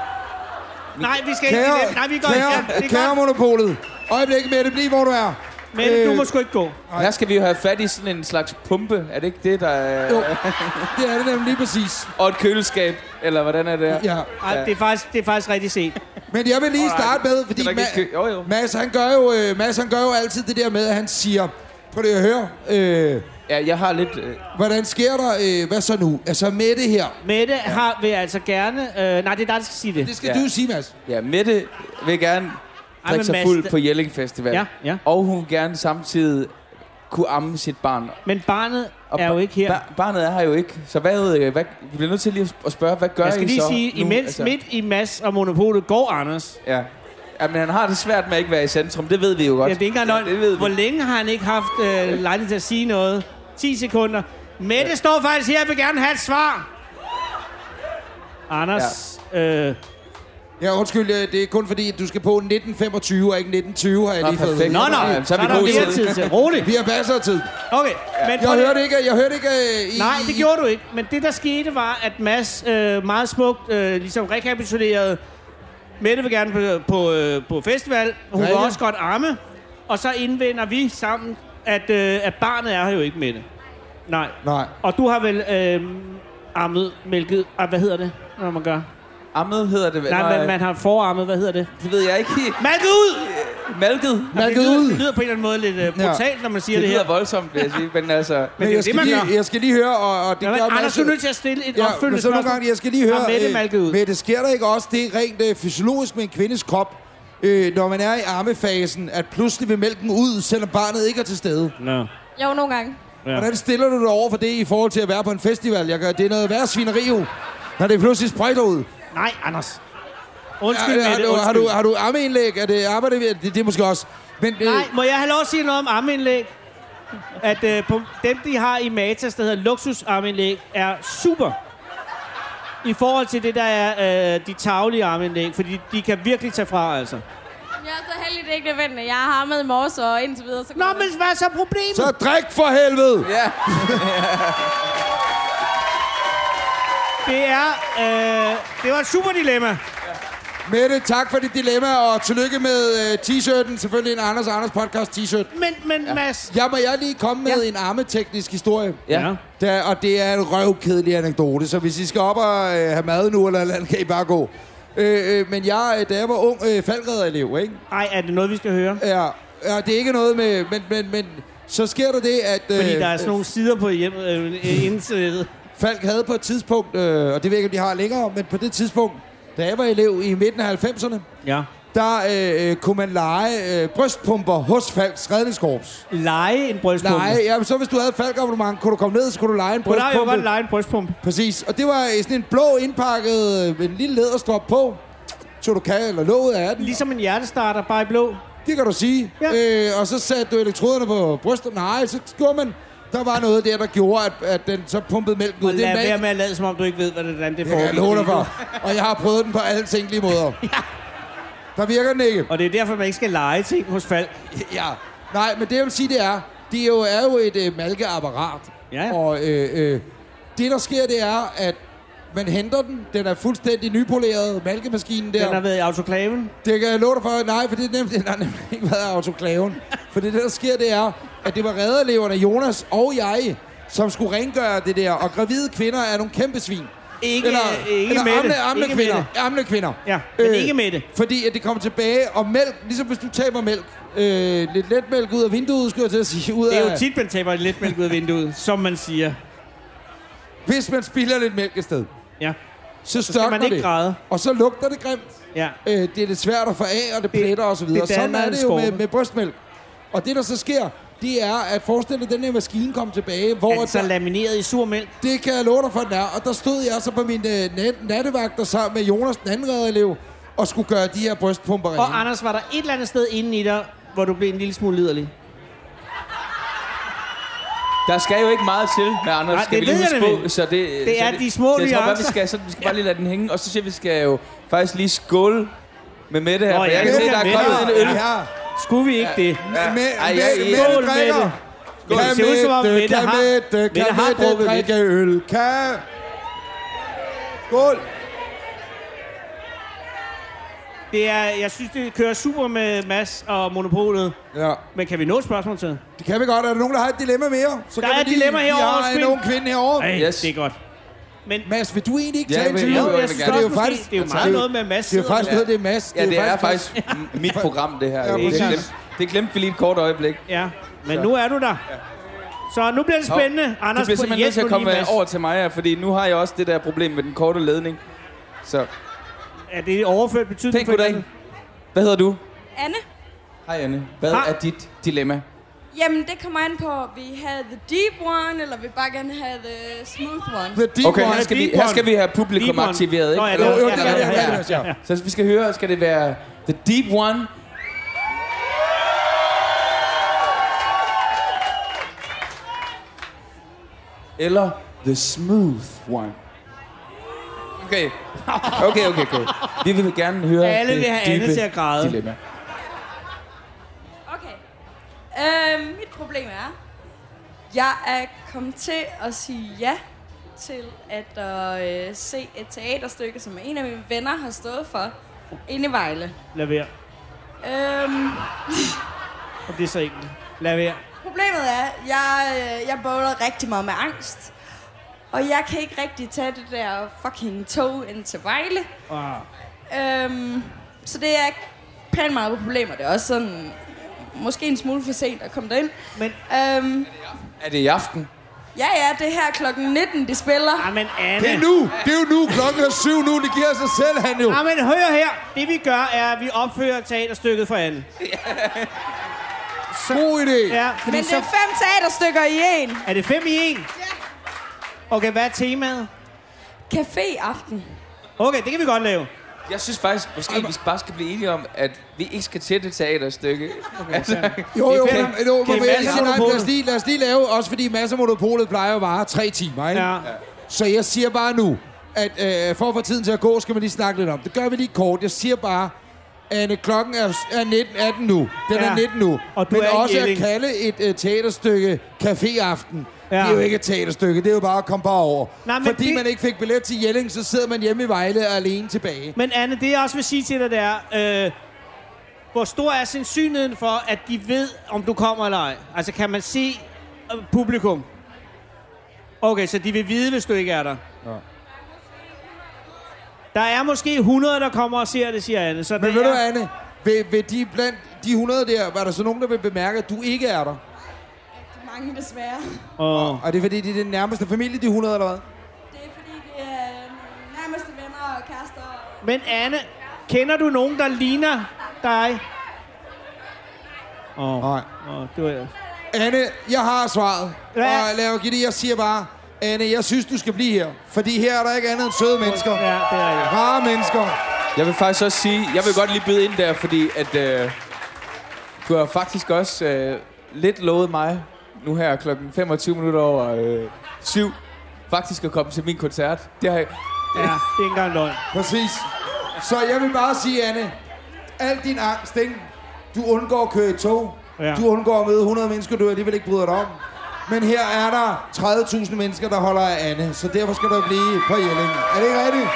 Nej, vi skal ikke... Nej, vi går ikke. Kære Monopolet. Øjeblik, Mette, bliv hvor du er. Men du må sgu ikke gå. Her skal vi jo have fat i sådan en slags pumpe. Er det ikke det, der er... Jo, det er det nemlig lige præcis. Og et køleskab, eller hvordan er det? Ja. Ej, det er faktisk rigtig set. Men jeg vil lige starte med, fordi Mads, han gør jo altid det der med, at han siger... Prøv lige at høre. Ja, jeg har lidt... Hvordan sker der? Hvad så nu? Altså, Mette her. Mette vil altså gerne... nej, det er dig, der skal sige det. Det skal du sige, Mads. Ja, Mette vil gerne drikke sig fuld på Jelling Festival. Ja. Og hun vil gerne samtidig kunne amme sit barn. Men barnet er jo ikke her. Barnet er her jo ikke. Så hvad vi bliver nødt til lige at spørge, hvad gør I så? Jeg skal lige sige, imens midt i Mads og Monopolet går Anders. Ja. Jamen, han har det svært med at ikke være i centrum. Det ved vi jo godt. Ja, det er ikke engang noget. Hvor længe har han ikke haft lejlighed til at sige noget? 10 sekunder. Mette står faktisk her og vil gerne have et svar. Anders. Ja, undskyld. Det er kun fordi, at du skal på 1925 og ikke 1920, har jeg lige fået. Nå. Så er vi god tid til. Roligt. Vi har masser af tid. Okay. Men jeg hørte ikke... Nej, det gjorde du ikke. Men det, der skete, var, at Mads meget smukt ligesom rekapitulerede. Mette vil gerne på festival. Hun vil også godt arme. Og så indvender vi sammen at barnet er her jo ikke med det. Nej. Og du har vel ammet, mælket... hvad hedder det, når man gør? Ammet hedder det vel? Nej, men man har forarmet. Hvad hedder det? Det ved jeg ikke. Malket ud! Malket ud. Det lyder på en eller anden måde lidt brutalt, når man siger det her. Det lyder voldsomt, vil jeg sige. Men altså... Men jeg skal lige høre, og det gør Anders, du er nødt til at stille et opfølgende spørgsmål. Nogle gange, jeg skal lige høre, Mette, sker der ikke også det rent fysiologisk med en kvindes krop, når man er i ammefasen, at pludselig vil mælken ud, selvom barnet ikke er til stede? No. Jo, nogle gange. Ja. Hvordan stiller du dig over for det i forhold til at være på en festival? Det er noget værre svineri jo, når det pludselig sprøjter ud. Nej, Anders. Undskyld, Mette. Har du ammeindlæg? Det er måske også. Men, nej, må jeg have lov at sige noget om armindlæg? At på dem, de har i Matas, der hedder luksusarmindlæg, er super. I forhold til det, der er de taglige armindlæg. Fordi de kan virkelig tage fra, altså. Jeg er så heldig, det er ikke nødvendigt. Jeg har hammet i morges, og indtil videre... Så nå, men hvad er så problemet? Så drik for helvede! Ja. Det var et super dilemma. Mette, tak for dit dilemma, og tillykke med t-shirten. Selvfølgelig en Anders podcast t-shirt. Men Mads... Må jeg lige komme med en armeteknisk historie? Ja. Og det er en røvkedelig anekdote, så hvis I skal op og have mad nu, eller kan I bare gå. Men da jeg var ung faldredderelev, ikke? Ej, er det noget, vi skal høre? Ja, det er ikke noget med... Men så sker der det, at... Fordi der er sådan nogle sider på internettet. Falk havde på et tidspunkt, og det ved jeg ikke, om de har længere, men på det tidspunkt, da jeg var elev i midten af 90'erne, der kunne man lege brystpumper hos Falks redningskorps. Lege en brystpumpe? Ja, så hvis du havde Falk-abonnement, kunne du komme ned, så kunne du lege en brystpumpe. Jeg godt lege en brystpumpe. Præcis, og det var sådan en blå indpakket, en lille læderstrop på, så du kan, eller låget af den. Ligesom en hjertestarter, bare i blå? Det kan du sige. Ja. Og så satte du elektroderne på brystet. Nej, så gjorde man... Der var noget der gjorde, at den så pumpede mælken ud. Og lad være med at lade som om, du ikke ved, hvordan det foregår. Jeg lover dig for. Og jeg har prøvet den på alle tænkelige måder. Ja. Der virker den ikke. Og det er derfor, man ikke skal lege ting hos Falk. Ja. Nej, men det jeg vil sige, det er jo et malkeapparat. Ja. Og det, der sker, det er, at man henter den. Den er fuldstændig nypoleret, malkemaskinen der. Den har været i autoklaven? Det kan jeg love dig for. Nej, for det har nemlig ikke været i autoklaven. For det, der sker, det er, at det var reddereleverne, Jonas og jeg, som skulle rengøre det der. Og gravide kvinder er nogle kæmpe svin. Ikke Amle kvinder. Ja, men ikke med det. Fordi at det kommer tilbage, og mælk, ligesom hvis du taber mælk, lidt letmælk ud af vinduet, skulle jeg til at sige. Det er jo tit, man taber lidt mælk ud af vinduet, som man siger. Hvis man spilder lidt mælk et sted, så skal man ikke græde. Og så lugter det grimt. Ja. Det er lidt svært at få af, og det pletter og så videre. Sådan er det jo med brystmælk. Og det, der så sker, det er, at forestille den her maskine kom tilbage, hvor... Er den så lamineret i sur mælk? Det kan jeg love dig for, den er. Og der stod jeg så på min nattevagter sammen med Jonas, den anden redderelev, og skulle gøre de her brystpumper rene. Og Anders, var der et eller andet sted inde i dig, hvor du blev en lille smule liderlig? Der skal jo ikke meget til med Anders. Nej, det ved jeg nemlig. Så det er de små nuancer. Jeg tror bare, vi skal bare lige lade den hænge. Og så siger vi, skal jo faktisk lige skåle med Mette her. For jeg kan se, der er kommet en øl. Ja. Skulle vi ikke det? Mette drikker. Kan Mette drikke øl? Skål. Jeg synes, det kører super med Mads og Monopolet. Ja. Men kan vi nå et spørgsmål til? Det kan vi godt. Er der nogen, der har et dilemma mere? Så der er et dilemma herovre. Jeg har en ung kvinde herovre. Yes. Det er godt. Men Mads, vil du egentlig ikke tage en til? Det er jo faktisk det er jo meget noget med Mads. Det er jo faktisk noget, det er Mads. Ja, det er faktisk mit program, det her. Det glemte vi lige et kort øjeblik. Ja, men nu er du der. Så nu bliver det spændende. Anders, du bliver simpelthen nødt til at komme over til mig her, fordi nu har jeg også det der problem med den korte ledning. Så... Er det overført betydning? Tænk på det. Hvad hedder du? Anne. Hej Anne. Hvad er dit dilemma? Jamen, det kommer an på, vi have the deep one, eller vi bare gerne have the smooth one. The deep okay, one. Her skal vi have publikum aktiveret, ikke? Jo, det er det. Så vi skal høre, skal det være the deep one? Eller the smooth one? Okay. Vi vil gerne høre alle vil have Anne til at græde. Dilemma. Okay. Mit problem er, jeg er kommet til at sige ja til at se et teaterstykke, som en af mine venner har stået for inde i Vejle. Lad være. Og det er så enkelt. Lad være. Problemet er, jeg bowler rigtig meget med angst. Og jeg kan ikke rigtig tage det der fucking tog ind til Vejle. Så det er pænt meget problemer. Det er også sådan, måske en smule for sent at komme derind. Men Er det i aften? Ja, det er her klokken 19, de spiller. Jamen, Anne. Det er nu! Det er jo nu! Klokken er 7 nu. Det giver sig selv, han jo. Jamen, hør her. Det vi gør, er, at vi opfører teaterstykket for Anne. God idé. Ja, Men det er 5 teaterstykker i en. Er det 5 i 1? Ja. Okay, hvad er temaet? Café-aften. Okay, det kan vi godt lave. Jeg synes faktisk, måske vi bare skal blive enige om, at vi ikke skal til det teaterstykke. Jo, lad os lige lave, også fordi Mads og Monopolet plejer jo at vare 3 timer, ikke? Ja. Så jeg siger bare nu, at for at få tiden til at gå, skal man lige snakke lidt om. Det gør vi lige kort. Jeg siger bare, Anne, klokken er 18 nu. Den er 19 nu. Og du men er også at at kalde et teaterstykke caféaften. Ja. Det er jo ikke et teaterstykke, det er jo bare at komme bare over. Nej, fordi man ikke fik billet til Jelling, så sidder man hjemme i Vejle og alene tilbage. Men Anne, det jeg også vil sige til dig, det er, hvor stor er sandsynligheden for, at de ved, om du kommer eller ej? Altså, kan man se publikum? Okay, så de vil vide, hvis du ikke er der. Ja. Der er måske 100, der kommer og ser det, siger Anne. Så men ved du, Anne, ved de blandt de 100 der, var der så nogen, der vil bemærke, at du ikke er der? Mange desværre. Og det er fordi, det er den nærmeste familie, de 100 eller hvad? Det er fordi, det er nærmeste venner og kærester. Men Anne, kender du nogen, der ligner dig? Nej. Det var jeg. Anne, jeg har svaret. Hvad? Og lad mig give det, jeg siger bare, Anne, jeg synes, du skal blive her. Fordi her er der ikke andet end søde mennesker. Ja, det er det. Rare mennesker. Jeg vil faktisk også sige, jeg vil godt lige byde ind der, fordi at du har faktisk også lidt lovet mig nu her klokken 25 minutter over 7 faktisk at komme til min koncert. Det har jeg... Ja, det er ikke engang løgn. Præcis. Så jeg vil bare sige, Anne, al din angst, ikke? Du undgår at køre i tog. Ja. Du undgår at møde 100 mennesker, du alligevel ikke bryder dig om. Men her er der 30.000 mennesker, der holder af Anne. Så derfor skal du blive på Jelling. Er det ikke rigtigt?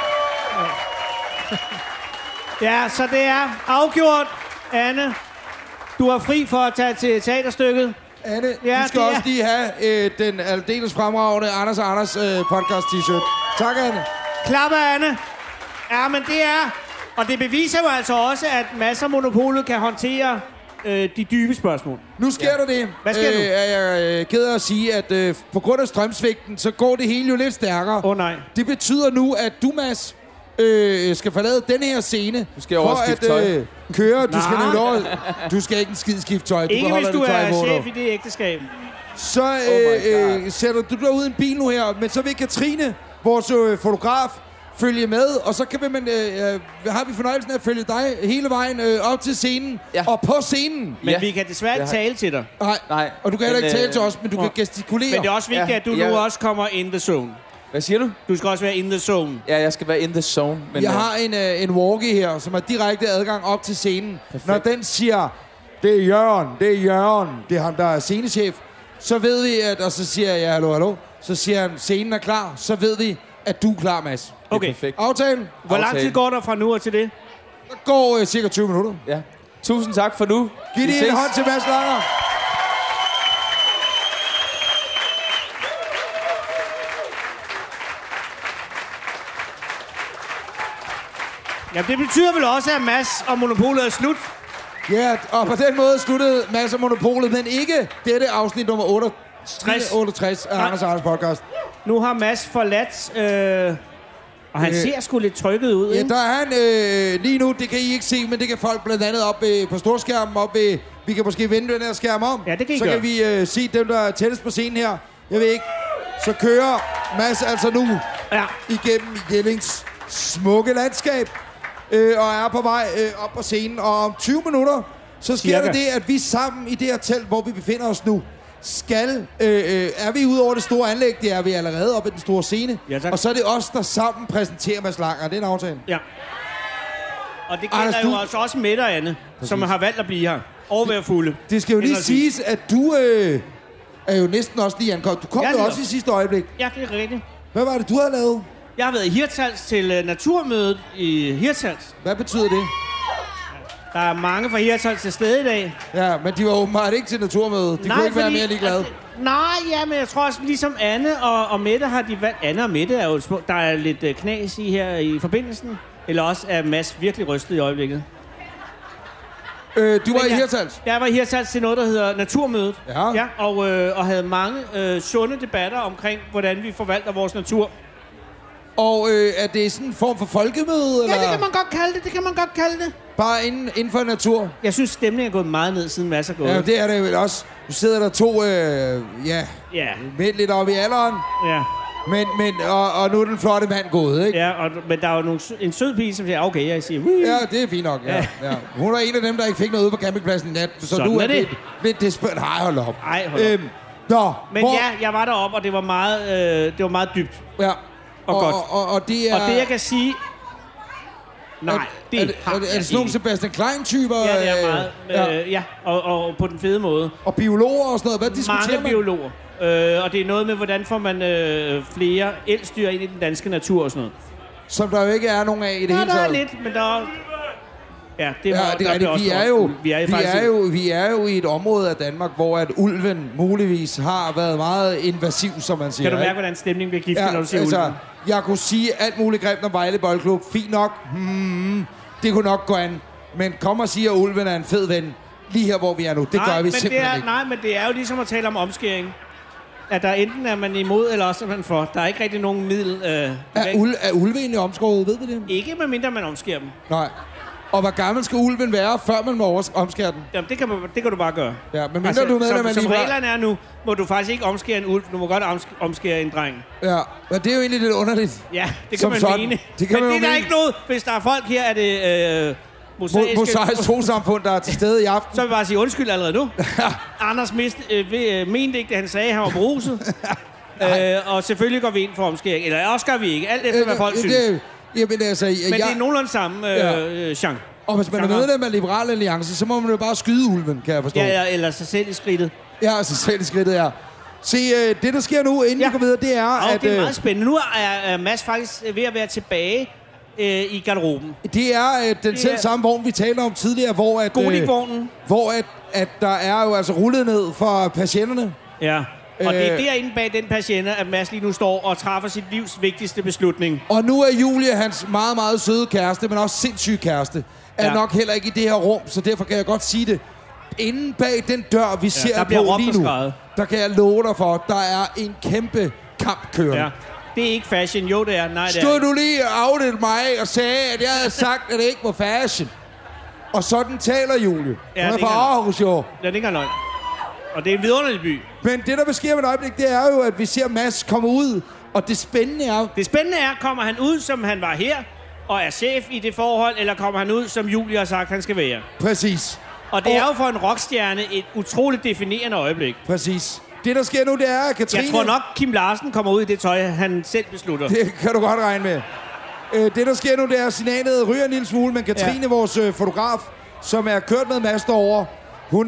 Ja, så det er afgjort, Anne. Du er fri for at tage til teaterstykket. Anne, ja, du skal også lige have den aldeles fremragende Anders og Anders podcast t-shirt. Tak, Anne. Klap af Anne. Ja, men det er... Og det beviser jo altså også, at masser af Monopolet kan håndtere de dybe spørgsmål. Nu sker der det. Hvad sker nu? Jeg ked af at sige, at på grund af strømsvigten, så går det hele jo lidt stærkere. Nej. Det betyder nu, at du, Mads, skal forlade denne her scene for at køre. Du skal ikke en skid skifte tøj. Ikke hvis du er chef i det ægteskab. Så sætter du dig ud i en bil nu her, men så vil Katrine, vores fotograf, følge med, og så kan har vi fornøjelsen af at følge dig hele vejen op til scenen, og på scenen. Men vi kan desværre ikke tale til dig. Nej, og du kan heller ikke tale til os, men du kan gestikulere. Men det er også vigtigt, at du nu også kommer in the zone. Hvad siger du? Du skal også være in the zone. Ja, jeg skal være in the zone. Men jeg har en walkie her, som har direkte adgang op til scenen. Perfekt. Når den siger, det er Jørgen, det er ham, der er scenechef, så ved vi, og så siger jeg, hallo, så siger han, scenen er klar, så ved vi, at du er klar, Mads. Okay. Perfekt. Aftalen. Hvor lang tid går der fra nu og til det? Der går cirka 20 minutter. Ja. Tusind tak for nu. Giv lige en hånd til Mads Langer. Ja, det betyder vel også, at Mads og Monopolet er slut? Ja, og på den måde sluttede Mads og Monopolet, men ikke dette afsnit nummer 68 af Anders Anders podcast. Nu har Mads forladt, og han ser sgu lidt trykket ud, ja, ikke? der er han lige nu, det kan I ikke se, men det kan folk blandt andet op på storskærmen, vi kan måske vende den her skærm om. Ja, det kan I så gøre. Kan vi se dem, der er tættest på scenen her. Jeg ved ikke, så kører Mads altså nu igennem Jellings smukke landskab, og er på vej op på scenen, og om 20 minutter, så sker der det, at vi sammen i det her telt, hvor vi befinder os nu, er vi ude over det store anlæg, det er vi allerede oppe i den store scene, og så er det os, der sammen præsenterer Mads Langer. Det er en aftale. Ja. Og det gælder jo også med dig, Anne, som har valgt at blive her. Og være fulde. Det skal jo lige siges, at du er jo næsten også lige ankommet. Du kom jo også i sidste øjeblik. Ja, det er rigtigt. Hvad var det, du havde lavet? Jeg har været i Hirtshals til naturmødet i Hirtshals. Hvad betyder det? Der er mange fra Hirtshals til stede i dag. Ja, men de var åbenbart ikke til naturmødet. De kunne ikke være mere ligeglade. Men jeg tror også, ligesom Anne og Mette har de valgt... Anne og Mette er jo små... Der er lidt knas i her i forbindelsen. Eller også er Mads virkelig rystet i øjeblikket. Du var i Hirtshals? Jeg var i Hirtshals til noget, der hedder Naturmødet. Ja. Og havde mange sunde debatter omkring, hvordan vi forvalter vores natur. Og er det sådan en form for folkemøde? Eller? Ja, det kan man godt kalde det. Bare inden for natur? Jeg synes, stemningen er gået meget ned, siden Mads er gået. Ja, det er det vel også. Nu sidder der to, mænd lidt oppe i alderen. Ja. Og nu er den flotte mand gået, ikke? Ja, men der er jo en sød pige, som siger, okay, jeg siger... Ja, det er fint nok, ja. Hun er en af dem, der ikke fik noget ude på campingpladsen i nat. Så sådan du er det. Lidt desperat. Nej, hold op. Men jeg var deroppe, og det var meget dybt. Ja. Og godt. Og det er... Og det, jeg kan sige... Nej, er det sådan nogle Sebastian Klein-typer? Ja, det er meget. Og på den fede måde. Og biologer og sådan noget. Hvad diskuterer man? Mange biologer. Og det er noget med, hvordan får man flere elstyr ind i den danske natur og sådan noget. Som der jo ikke er nogen af i det hele taget. Der er lidt, men der er... Ja, det er rigtigt. Vi er jo i et område af Danmark, hvor at ulven muligvis har været meget invasiv, som man siger. Kan du mærke, hvordan stemningen bliver giftig, når du siger ulven? Jeg kunne sige alt muligt grimt om Vejle Boldklub. Fint nok. Det kunne nok gå an. Men kom og sige, at ulven er en fed ven. Lige her, hvor vi er nu. Det gør vi simpelthen ikke. Nej, men det er jo ligesom at tale om omskæring. At der enten er man imod, eller også er man for. Der er ikke rigtig nogen middel... Er ulve egentlig omskåret, ved vi det? Ikke medmindre man omskærer dem. Nej. Og hvor gammel skal ulven være, før man må omskære den? Jamen, det kan du bare gøre. Ja, men mindre du med, som reglerne er nu, må du faktisk ikke omskære en ulv. Du må godt omskære en dreng. Ja, men det er jo egentlig lidt underligt. Ja, det kan man mene. Det kan men det er der ikke noget. Hvis der er folk her, er det... Mosaisk trosamfund, der er til stede i aften. Så vil jeg bare sige undskyld allerede nu. Anders mente ikke det, han sagde. Han var beruset. Og selvfølgelig går vi ind for omskæring. Eller også gør vi ikke. Alt efter, hvad folk synes. Men det er nogenlunde samme genre. Og hvis man er medlem af Liberal Alliance, så må man jo bare skyde ulven, kan jeg forstå. Ja, eller sig selv i skridtet. Ja, sig selv i skridtet, ja. Se, det der sker nu, inden vi går videre, det er, at... det er meget spændende. Nu er Mads faktisk ved at være tilbage i garderoben. Det er den selv samme vogn, vi talte om tidligere, hvor at... Godik-vognen. Hvor at der er jo altså rullet ned for patienterne. Ja. Og det er derinde bag den patiente, at Mads lige nu står og træffer sit livs vigtigste beslutning. Og nu er Julie, hans meget, meget søde kæreste, men også sindssyg kæreste, er nok heller ikke i det her rum, så derfor kan jeg godt sige det. Inden bag den dør, vi ser på lige nu, der kan jeg love dig for, der er en kæmpe kamp kørende. Ja. Det er ikke fashion. Jo, det er. Nej, det er. Stod du lige og outet mig og sagde, at jeg havde sagt, at det ikke var fashion? Og sådan taler Julie. Ja, hun er fra Aarhus, jo. Ja, det er ikke løgn. Og det er en vidunderlig by. Men det, der sker med et øjeblik, det er jo, at vi ser Mads komme ud. Og det spændende er... kommer han ud, som han var her, og er chef i det forhold, eller kommer han ud, som Julie har sagt, han skal være? Præcis. Og det er jo for en rockstjerne et utroligt definerende øjeblik. Præcis. Det, der sker nu, det er, at Katrine... Jeg tror nok, Kim Larsen kommer ud i det tøj, han selv beslutter. Det kan du godt regne med. Det, der sker nu, det er, at signalet ryger en lille smule, men Katrine, vores fotograf, som er kørt med Mads derovre, hun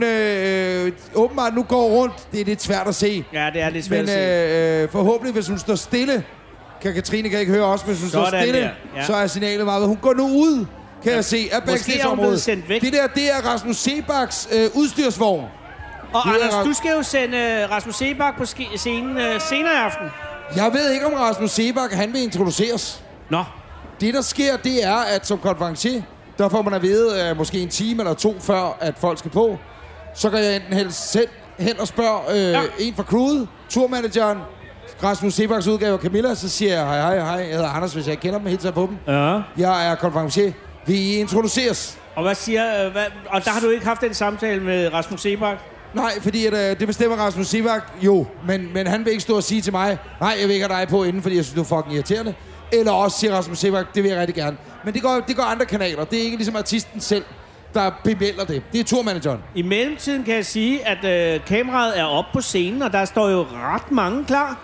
åbenbart nu går rundt. Det er lidt svært at se. Ja, det er lidt svært at se. Forhåbentlig, hvis hun står stille, Katrine kan ikke høre os, hvis hun står stille, så er signalet meget. Hun går nu ud, kan jeg se, af backstageområdet. Det der, det er Rasmus Sebaks udstyrsvogn. Og Anders, du skal jo sende Rasmus Sebak på scenen senere i aften. Jeg ved ikke, om Rasmus Sebak, han vil introduceres. Nå. Det, der sker, det er, at som konferencier, der får man at vide, måske en time eller to før, at folk skal på. Så kan jeg enten helst selv hen og spørge en fra crewet, turmanageren, Rasmus Sebaks udgave af Camilla, så siger jeg, hej, jeg hedder Anders, hvis jeg ikke kender dem, hilser på dem. Ja. Jeg er konferencier. Vi introduceres. Og hvad siger... og der har du ikke haft den samtale med Rasmus Sebak? Nej, fordi at, det bestemmer Rasmus Sebak jo, men han vil ikke stå og sige til mig, nej, jeg vil ikke have dig på inden, fordi jeg synes, du er fucking irriterende. Eller også siger Rasmus Sebak, det vil jeg rigtig gerne. Men det går andre kanaler. Det er ikke ligesom artisten selv, der bemælder det. Det er turmanageren. I mellemtiden kan jeg sige, at kameraet er oppe på scenen, og der står jo ret mange klar.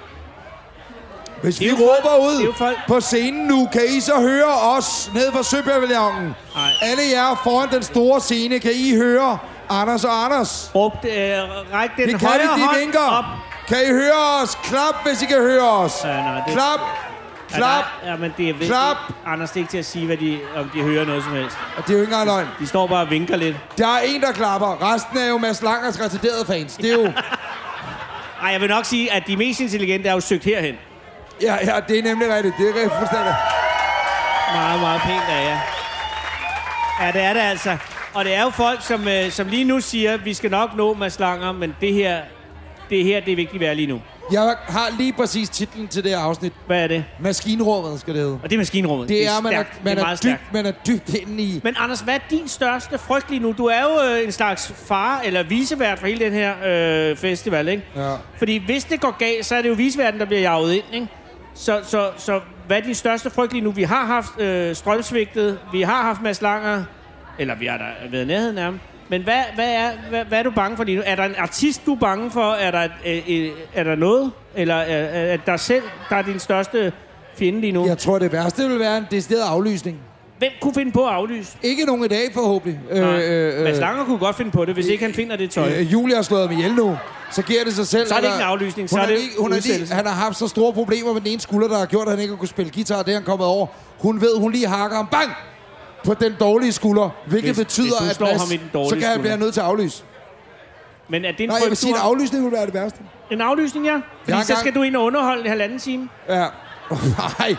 Hvis vi råber ud på scenen nu, kan I så høre os ned fra Søpavillonen. Alle jer foran den store scene, kan I høre Anders og Anders. Ræk den højre hånd op. Kan I høre os? Klap, hvis I kan høre os. Ja, nej, Klap! Ja, men det er Klap! Anders, det er ikke til at sige, om de hører noget som helst. Og det er jo ikke engang løgn. De står bare og vinker lidt. Der er en, der klapper. Resten er jo Mads Langers retarderede fans. Det er jo... Ej, jeg vil nok sige, at de mest intelligente er jo søgt herhen. Ja, det er nemlig rigtigt. Det er rigtig fuldstændig. Meget, meget pænt af jer. Ja, det er det altså. Og det er jo folk, som lige nu siger, at vi skal nok nå Mads Langer, men det her det er vigtigt at være lige nu. Jeg har lige præcis titlen til det her afsnit. Hvad er det? Maskinrummet skal det hedde. Og det er maskinrummet. Det er man er dybt inde i. Men Anders, hvad er din største frygt lige nu? Du er jo en slags far eller vicevært for hele den her festival, ikke? Ja. Fordi hvis det går galt, så er det jo viceværten, der bliver jaget ind, ikke? Så hvad er din største frygt lige nu? Vi har haft strømsvigtet, vi har haft Mads Langer, eller vi har da været nærheden af ham. Men hvad er du bange for lige nu? Er der en artist, du er bange for? Er der noget? Eller er der selv, der er din største fjende lige nu? Jeg tror, det værste vil være en decideret aflysning. Hvem kunne finde på at aflyse? Ikke nogen i dag, forhåbentlig. Mads Langer kunne godt finde på det, hvis ikke han finder det tøj. Julia har slået ham ihjel nu. Så giver det sig selv. Så er det ikke en aflysning, så er det udsættelse. Han har haft så store problemer med den ene skulder, der har gjort, at han ikke har kunne spille guitar, og det er han kommet over. Hun lige hakker ham. Bang! På den dårlige skulder, hvilket betyder, at så kan han blive nødt til at aflyse. Men er det en jeg vil sige, at aflysning vil være det værste. En aflysning, ja? Fordi så skal du ind og underholde en 1,5 time. Ja. Nej.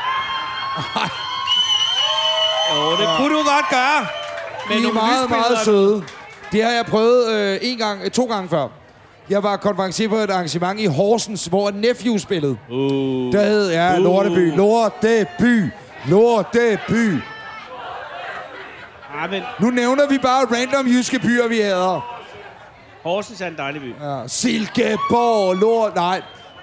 Jo, det kunne du godt gøre. Men I er meget, meget søde. Det har jeg prøvet 2 gange før. Jeg var konferencier på et arrangement i Horsens, hvor Nephew spillede. Der hed, Lorteby. Ja, men nu nævner vi bare random jyske byer, vi hader. Horsens er en dejlig by. Ja. Silkeborg, Lort... Nej.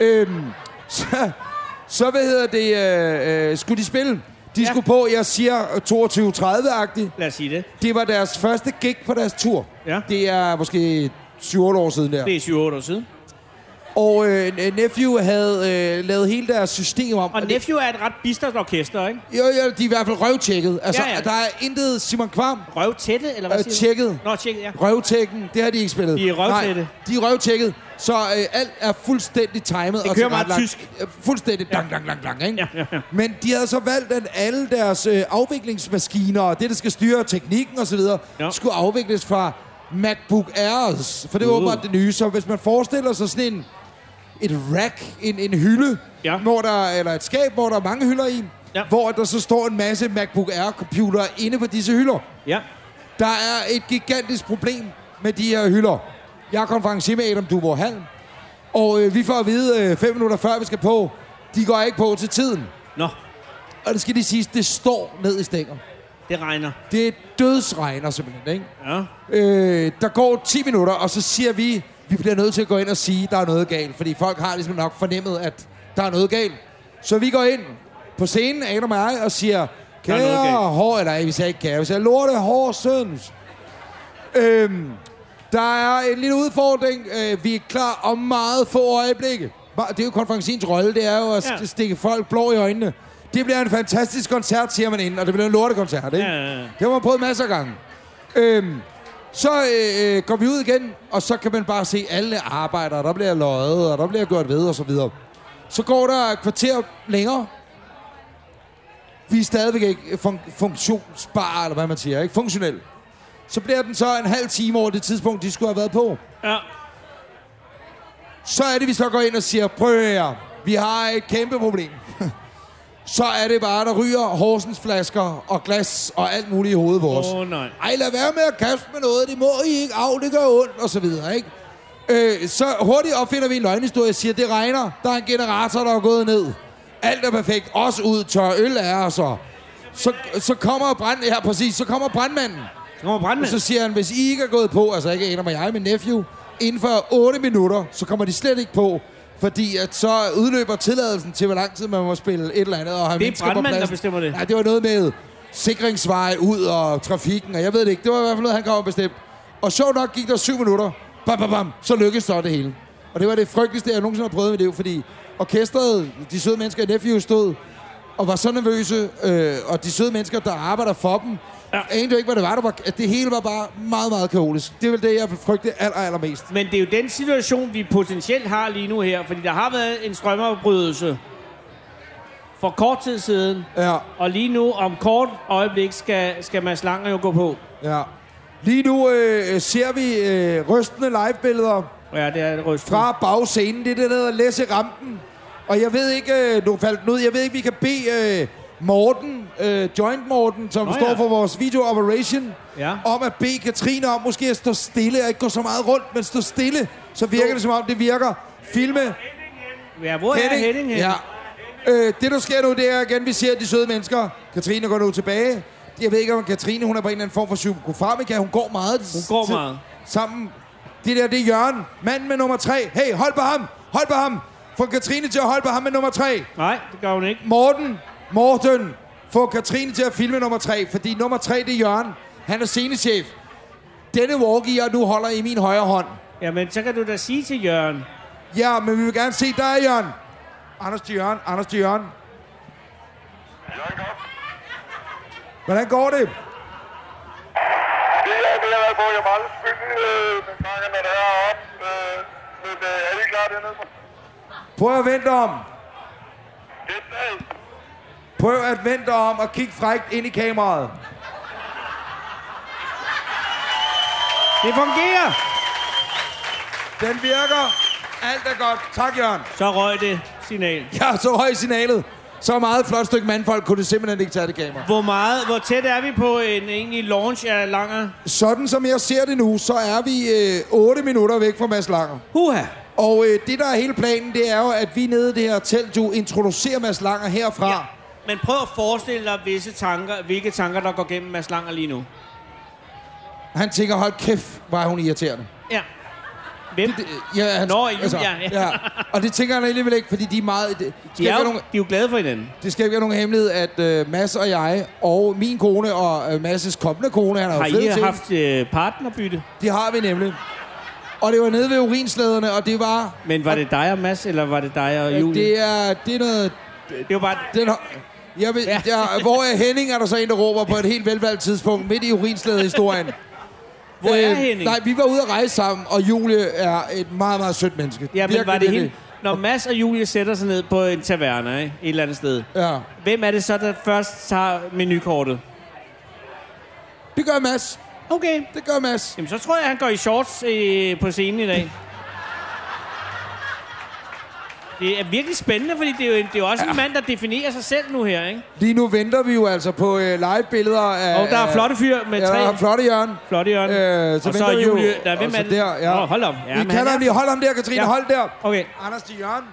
Så hvad hedder det? Skulle de spille? De skulle på, jeg siger 22:30-agtigt. Lad os sige det. Det var deres første gig på deres tur. Ja. Det er måske 7-8 år siden der. Det er 7-8 år siden. Og Nephew havde lavet hele deres system om. Og Nephew er et ret bistert orkester, ikke? Jo, de er i hvert fald røvtjekket. Altså, ja. Der er intet Simon Kvam. Røvtætte, eller hvad siger tjekket. Nå, tjekket, ja. Røvtækken, det har de ikke spillet. De er røvtætte. Nej, de er røvtjekket. Så alt er fuldstændig timet. Det kører meget tysk. Fuldstændig dang, ikke? Ja. Men de havde så valgt, at alle deres afviklingsmaskiner, og det, der skal styre teknikken osv., skulle afvikles fra MacBook Airs. For det var åbenbart det nye. Så hvis man forestiller sig sådan et rack, en hylde, hvor eller et skab, hvor der er mange hylder i, hvor der så står en masse MacBook Air-computere inde på disse hylder. Ja. Der er et gigantisk problem med de her hylder. Jeg er konferencier med Adam Duborg Halm, og vi får at vide 5 minutter før vi skal på, de går ikke på til tiden. Nå. Og det skal de sige, det står ned i stænger. Det regner. Det dødsregner simpelthen, ikke? Ja. Der går 10 minutter, og så siger vi bliver nødt til at gå ind og sige, der er noget galt. Fordi folk har ligesom nok fornemmet, at der er noget galt. Så vi går ind på scenen, Adam og jeg, og siger, vi sagde ikke kære, vi siger, lorte, Horsens. Der er en lille udfordring. Vi er klar om meget få øjeblikke. Det er jo konferenciens rolle, det er jo at stikke folk blå i øjnene. Det bliver en fantastisk koncert, siger man inden, og det bliver en lortekoncert, ikke? Ja. Det har man prøvet masser af gange. Så går vi ud igen, og så kan man bare se alle arbejdere, der bliver løjet, og der bliver gjort ved, og så videre. Så går der et kvarter længere. Vi er stadigvæk ikke funktionsbare, eller hvad man siger, ikke? Funktionel. Så bliver den så en halv time over det tidspunkt, de skulle have været på. Ja. Så er det, vi så går ind og siger, prøv her, vi har et kæmpe problem. Så er det bare, der ryger Horsens flasker og glas og alt muligt i hovedet på os. Nej. Ej, lad være med at kaste med noget, det må I ikke, det gør ondt, og så videre, ikke? Så hurtigt opfinder vi en løgnhistorie og siger, det regner, der er en generator, der er gået ned. Alt er perfekt, også ud, tør øl er så. Så kommer brandmanden. Og så siger han, hvis I ikke er gået på, altså ikke Adam og jeg, men Nephew, inden for 8 minutter, så kommer de slet ikke på. Fordi at så udløber tilladelsen til, hvor lang tid man må spille et eller andet. Og have det er brandmanden, der bestemmer det. Ja, det var noget med sikringsveje ud og trafikken, og jeg ved det ikke. Det var i hvert fald noget, han kom og bestemt. Og sjovt nok gik der 7 minutter. Bam, så lykkedes så det hele. Og det var det frygteligste, jeg nogensinde har prøvet med det, fordi orkestret, de søde mennesker i Nephew stod og var så nervøse, og de søde mennesker, der arbejder for dem, anede jo ikke, hvad det var. Det hele var bare meget, meget kaotisk. Det er vel det, jeg frygtede allermest. Men det er jo den situation, vi potentielt har lige nu her, fordi der har været en strømafbrydelse for kort tid siden. Ja. Og lige nu, om kort øjeblik, skal Mads Langer jo gå på. Ja. Lige nu ser vi rystende livebilleder Ja, det er rystende. fra bagscenen. Det er det, der hedder Læsse Rampen. Og jeg ved ikke, nu faldt den ud, jeg ved ikke, vi kan bede Morten, Joint Morten, som står for vores video operation, om at bede Katrine om måske at stå stille og ikke gå så meget rundt, men stå stille, så virker det som om det virker. Filme. Ja, hvor er Henning hen? Ja. Det, der sker nu, det er igen, vi ser de søde mennesker. Katrine går nu tilbage. Jeg ved ikke, om Katrine, hun er på en eller anden form for psykofarmika. Hun går meget. Hun går meget. Sammen. Det er Jørgen. Manden med nummer 3. Hey, hold på ham. Hold på ham. Få Katrine til at holde på ham med nummer 3. Nej, det gør hun ikke. Morten. Få Katrine til at filme nummer 3. Fordi nummer 3, det er Jørgen. Han er scenechef. Denne walkie, jeg nu holder i min højre hånd. Jamen, så kan du da sige til Jørgen. Ja, men vi vil gerne se dig, Jørgen. Anders til Jørgen. Hvordan går det? Det er ved at være på. Jeg mangler selvfølgelig med snakker, når det er op. Men er det klart dernede? Prøv at vente om. Det Prøv at vente om og kig frækt ind i kameraet. Det fungerer. Den virker. Alt er godt. Tak, Jørgen. Så røg det signal. Ja, så høj signalet. Så meget flot stykke mandfolk kunne det simpelthen ikke tage det kamera. Hvor tæt er vi på en egentlig launch af Langer? Sådan som jeg ser det nu, så er vi 8 minutter væk fra Mads Langer. Huha. Og det, der er hele planen, det er jo, at vi nede i det her telt, du introducerer Mads Langer herfra. Ja. Men prøv at forestille dig hvilke tanker, der går gennem Mads Langer lige nu. Han tænker, hold kæft, var hun irriterende. Ja. Hvem? Ja. Og det tænker han alligevel ikke, fordi de er meget... De er jo glade for hinanden. Det skal ikke være nogen hemmelighed, at Mads og jeg, og min kone og Mads' kommende kone, han har I haft partnerbytte? Det har vi nemlig. Og det var nede ved urinslæderne, og det var... Men var det dig og Mads, eller var det dig og Julie? Det er noget... Det var bare... Hvor er Henning, er der så en, der råber på et helt velvalgt tidspunkt, midt i urinslæde-historien. Hvor er Henning? Nej, vi var ude at rejse sammen, og Julie er et meget, meget sødt menneske. Ja, men var det helt... Når Mads og Julie sætter sig ned på en taverne, ikke? Et eller andet sted. Ja. Hvem er det så, der først tager menukortet? Det gør Mads. Okay. Det gør Mads. Jamen, så tror jeg, han går i shorts på scenen i dag. Det er virkelig spændende, fordi det er jo også en mand, der definerer sig selv nu her, ikke? Lige nu venter vi jo altså på live-billeder af... Og der er flotte fyr med tre... Ja, flotte Jørgen. Så og så er Julie... Der er hvem er der, ja. Hold om. Ja, vi kan ham lige. Hold ham der, Katrine. Ja. Hold der. Okay. Anders til Jørgen.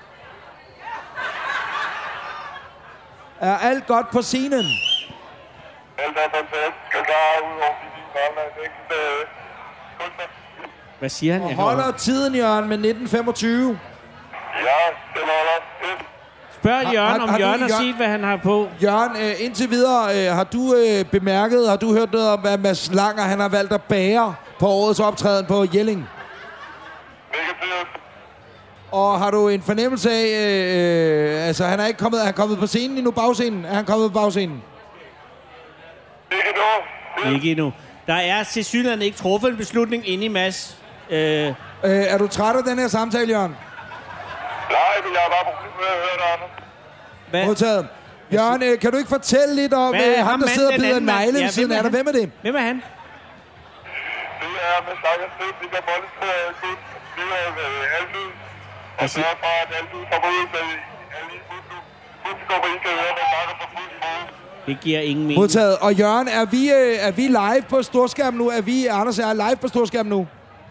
Er alt godt på scenen? Alt er fantastisk. Og der er ud over Hvad siger han? Og holder tiden, Jørgen, med 1925. Ja, det holder. Spørg Jørgen, om Jørgen har set, hvad han har på. Jørgen, indtil videre, har du bemærket, har du hørt noget om, hvad Mads Langer han har valgt at bære på årets optræden på Jelling? Og har du en fornemmelse af, altså han er ikke kommet, han er kommet på scenen endnu, bagscenen? Er han kommet på bagscenen? Ikke endnu. Der er tilsyneladende ikke truffet en beslutning inde i Mads. Er du træt af den her samtale, Jørgen? Nej, men jeg har bare problemer med at høre det andet. Hvad? Modtaget. Jørgen, kan du ikke fortælle lidt om ham, der sidder og bider negle ved siden af dig? Hvem er det? Hvem er han? Det er med Langer Sted, det der bolde på gut. Det er altid. Og så er at altid kommer ud med alle i budskubber, I kan høre, når Langer på fuld måde. Det giver ingen mening. Modtaget. Og Jørgen, er vi live på storskærm nu? Anders er live på storskærm nu?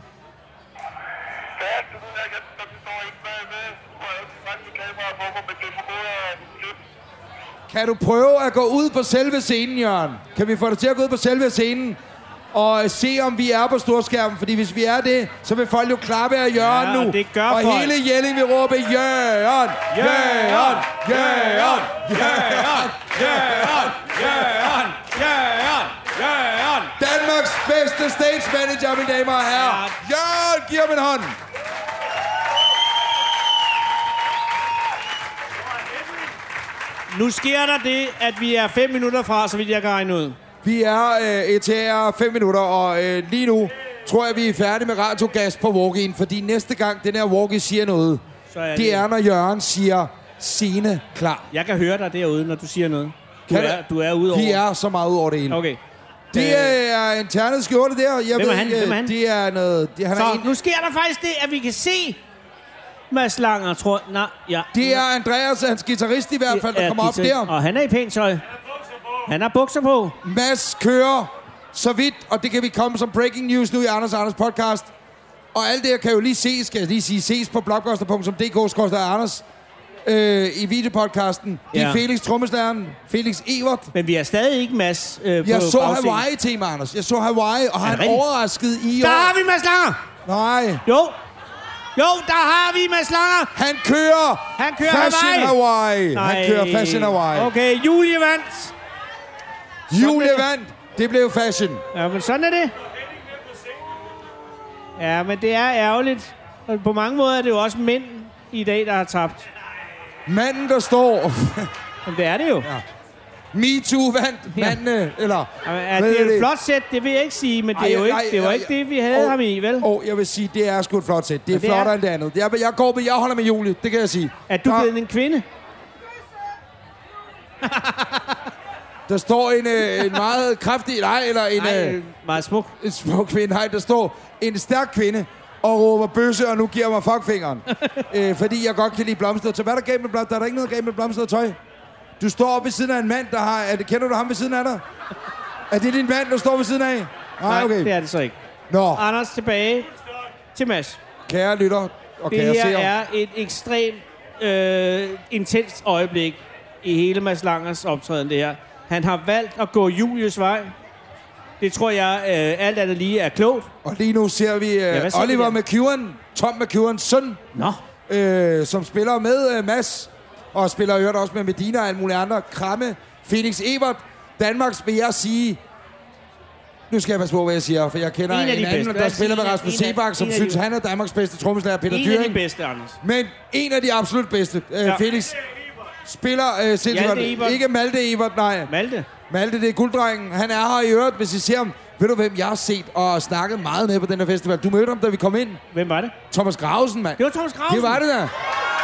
Kan du prøve at gå ud på selve scenen, Jørgen? Kan vi få dig til at gå ud på selve scenen og se, om vi er på storskærmen? Fordi hvis vi er det, så vil folk jo klappe af Jørgen nu. Det gør og folk. Hele Jelling vil råbe Jørgen! Jørgen! Jørgen! Jørgen! Jørgen! Jørgen! Jørgen! Jørgen! Danmarks bedste stage manager, mine damer og herrer. Jørgen, giv ham en hånd. Nu sker der det, at vi er 5 minutter fra, så vidt jeg kan regne ud. Vi er ETR 5 minutter, og lige nu tror jeg, vi er færdige med radiogas på walkien, fordi næste gang den her walkie siger noget, det er, når Jørgen siger, scene klar. Jeg kan høre dig derude, når du siger noget. Du er ude over. Vi er så meget ud over det hele. Okay. Det er en ternet skjorte der. Hvem er han? Det er noget... Nu sker der faktisk det, at vi kan se Mads Langer, tror jeg. Ja. Det er Andreas, hans guitarist i hvert fald, der kommer op der. Og han er i pænt tøj. Han har bukser på. Mads kører så vidt, og det kan vi komme som breaking news nu i Anders podcast. Og alt det her kan jo lige ses, skal jeg lige sige, ses på blogbuster.dk/Anders i videopodcasten. Det er Felix Trommeslageren, Felix Evert. Men vi er stadig ikke Mads Jeg så Hawaii-tema, Anders. Jeg så Hawaii, og han overrasket i Der år. har vi Mads Langer! Nej. Jo, der har vi Mads Langer! Han kører Fashion Hawaii. Han kører Fashion Hawaii. Okay, Julie vandt. Julie vandt. Det blev fashion. Ja, men sådan er det. Ja, men det er ærgerligt. Og på mange måder er det jo også mænd i dag, der har tabt. Manden, der står... Men det er det jo. Ja. MeToo vandt manden, eller... Ja, det er et flot sæt, det vil jeg ikke sige, men det er jo ikke det, vi havde ham i, vel? Jeg vil sige, det er sgu et flot sæt. Det er flottere end det andet. Jeg holder med Julie, det kan jeg sige. Er du blevet en kvinde? Der står en meget kraftig... meget smuk. En smuk kvinde. Nej, der står en stærk kvinde og råber bøsse, og nu giver mig fuckfingeren. Fordi jeg godt kan lide blomstret tøj. Hvad er der galt med blomstret? Der er der ikke noget galt med blomstret tøj. Du står oppe ved siden af en mand, der har... Kender du ham ved siden af dig? Er det din mand, der står ved siden af? Nej, okay. Det er det så ikke. Nå. Anders, tilbage til Mads. Kære lytter og kære seere. Det her er et ekstremt intenst øjeblik i hele Mads Langers optræden, det her. Han har valgt at gå Julies vej. Det tror jeg alt andet lige er klogt. Og lige nu ser vi Oliver McEwen, Tom McEwens søn, som spiller med Mads, og spiller i øvrigt også med Medina og alle mulige andre. Kramme, Felix Evert, Danmarks, vil jeg sige... Nu skal jeg passe på, hvad jeg siger, for jeg kender en anden, der spiller med Rasmus Sebak, som synes, han er Danmarks bedste trommeslager, Peter Dyring. En af de bedste, Anders. Men en af de absolut bedste, Felix, spiller ikke Malte Evert, nej. Malte, det er gulddrengen. Han er her i øvrigt, hvis I ser ham. Ved du, hvem jeg har set og snakket meget med på den her festival? Du mødte ham, da vi kom ind. Hvem var det? Thomas Gravesen, mand. Det var Thomas Gravesen? Det var det der.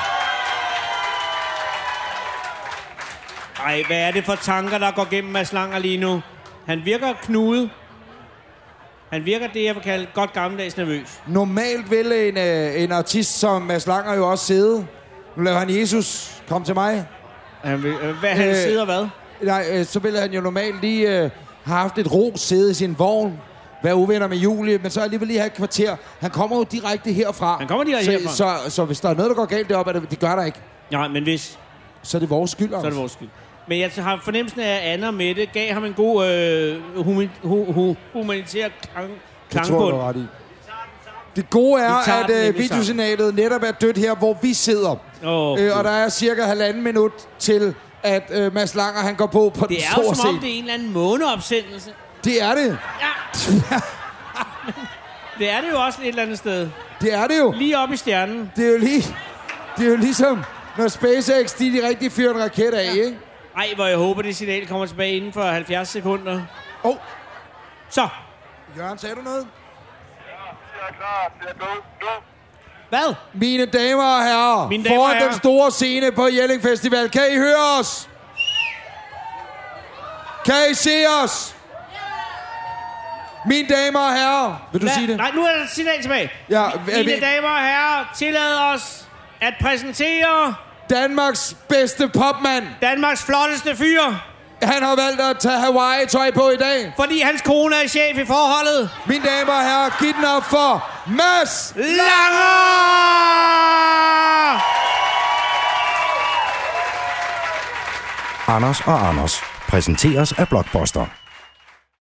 Ej, hvad er det for tanker, der går gennem Mads Langer lige nu? Han virker knudet. Han virker det, jeg vil kalde godt gammeldags nervøs. Normalt vil en artist som Mads Langer jo også sidde. Nu laver han Jesus, kom til mig. Han sidder hvad? Nej, så ville han jo normalt lige have haft et ro sæde i sin vogn. Være uvenner med Julie, men så alligevel lige have et kvarter. Han kommer jo direkte herfra. Så hvis der er noget, der går galt deroppe, det gør der ikke. Ja, men hvis... Så er det vores skyld, Så er det vores skyld. Men jeg har fornemmelsen af, at Anna og Mette gav ham en god humanitær klangbund. Det tror jeg, ret i. Det gode er, at videosignalet netop er dødt her, hvor vi sidder. Og der er cirka 1,5 minut til, at Mads Langer han går på den store scene. Det er jo som om, det er en eller anden måneopsendelse. Det er det. Ja. Det er det jo også et eller andet sted. Det er det jo. Lige op i stjernen. Det er jo ligesom, når SpaceX de rigtig fyrer en raket af, ikke? Ej, hvor jeg håber, det signal kommer tilbage inden for 70 sekunder. Så. Jørgen, sagde du noget? Ja, jeg er klar til at gå nu. Hvad? Mine damer og herrer, foran den store scene på Jelling Festival. Kan I høre os? Kan I se os? Mine damer og herrer. Vil du sige det? Nej, nu er der et signal tilbage. Ja, Mine damer og herrer, tillad os at præsentere... Danmarks bedste popmand. Danmarks flotteste fyr. Han har valgt at tage Hawaii-tøj på i dag. Fordi hans kone er chef i forholdet. Mine damer og herrer, giv den op for Mads Langer! Anders og Anders præsenteres af Blockbuster.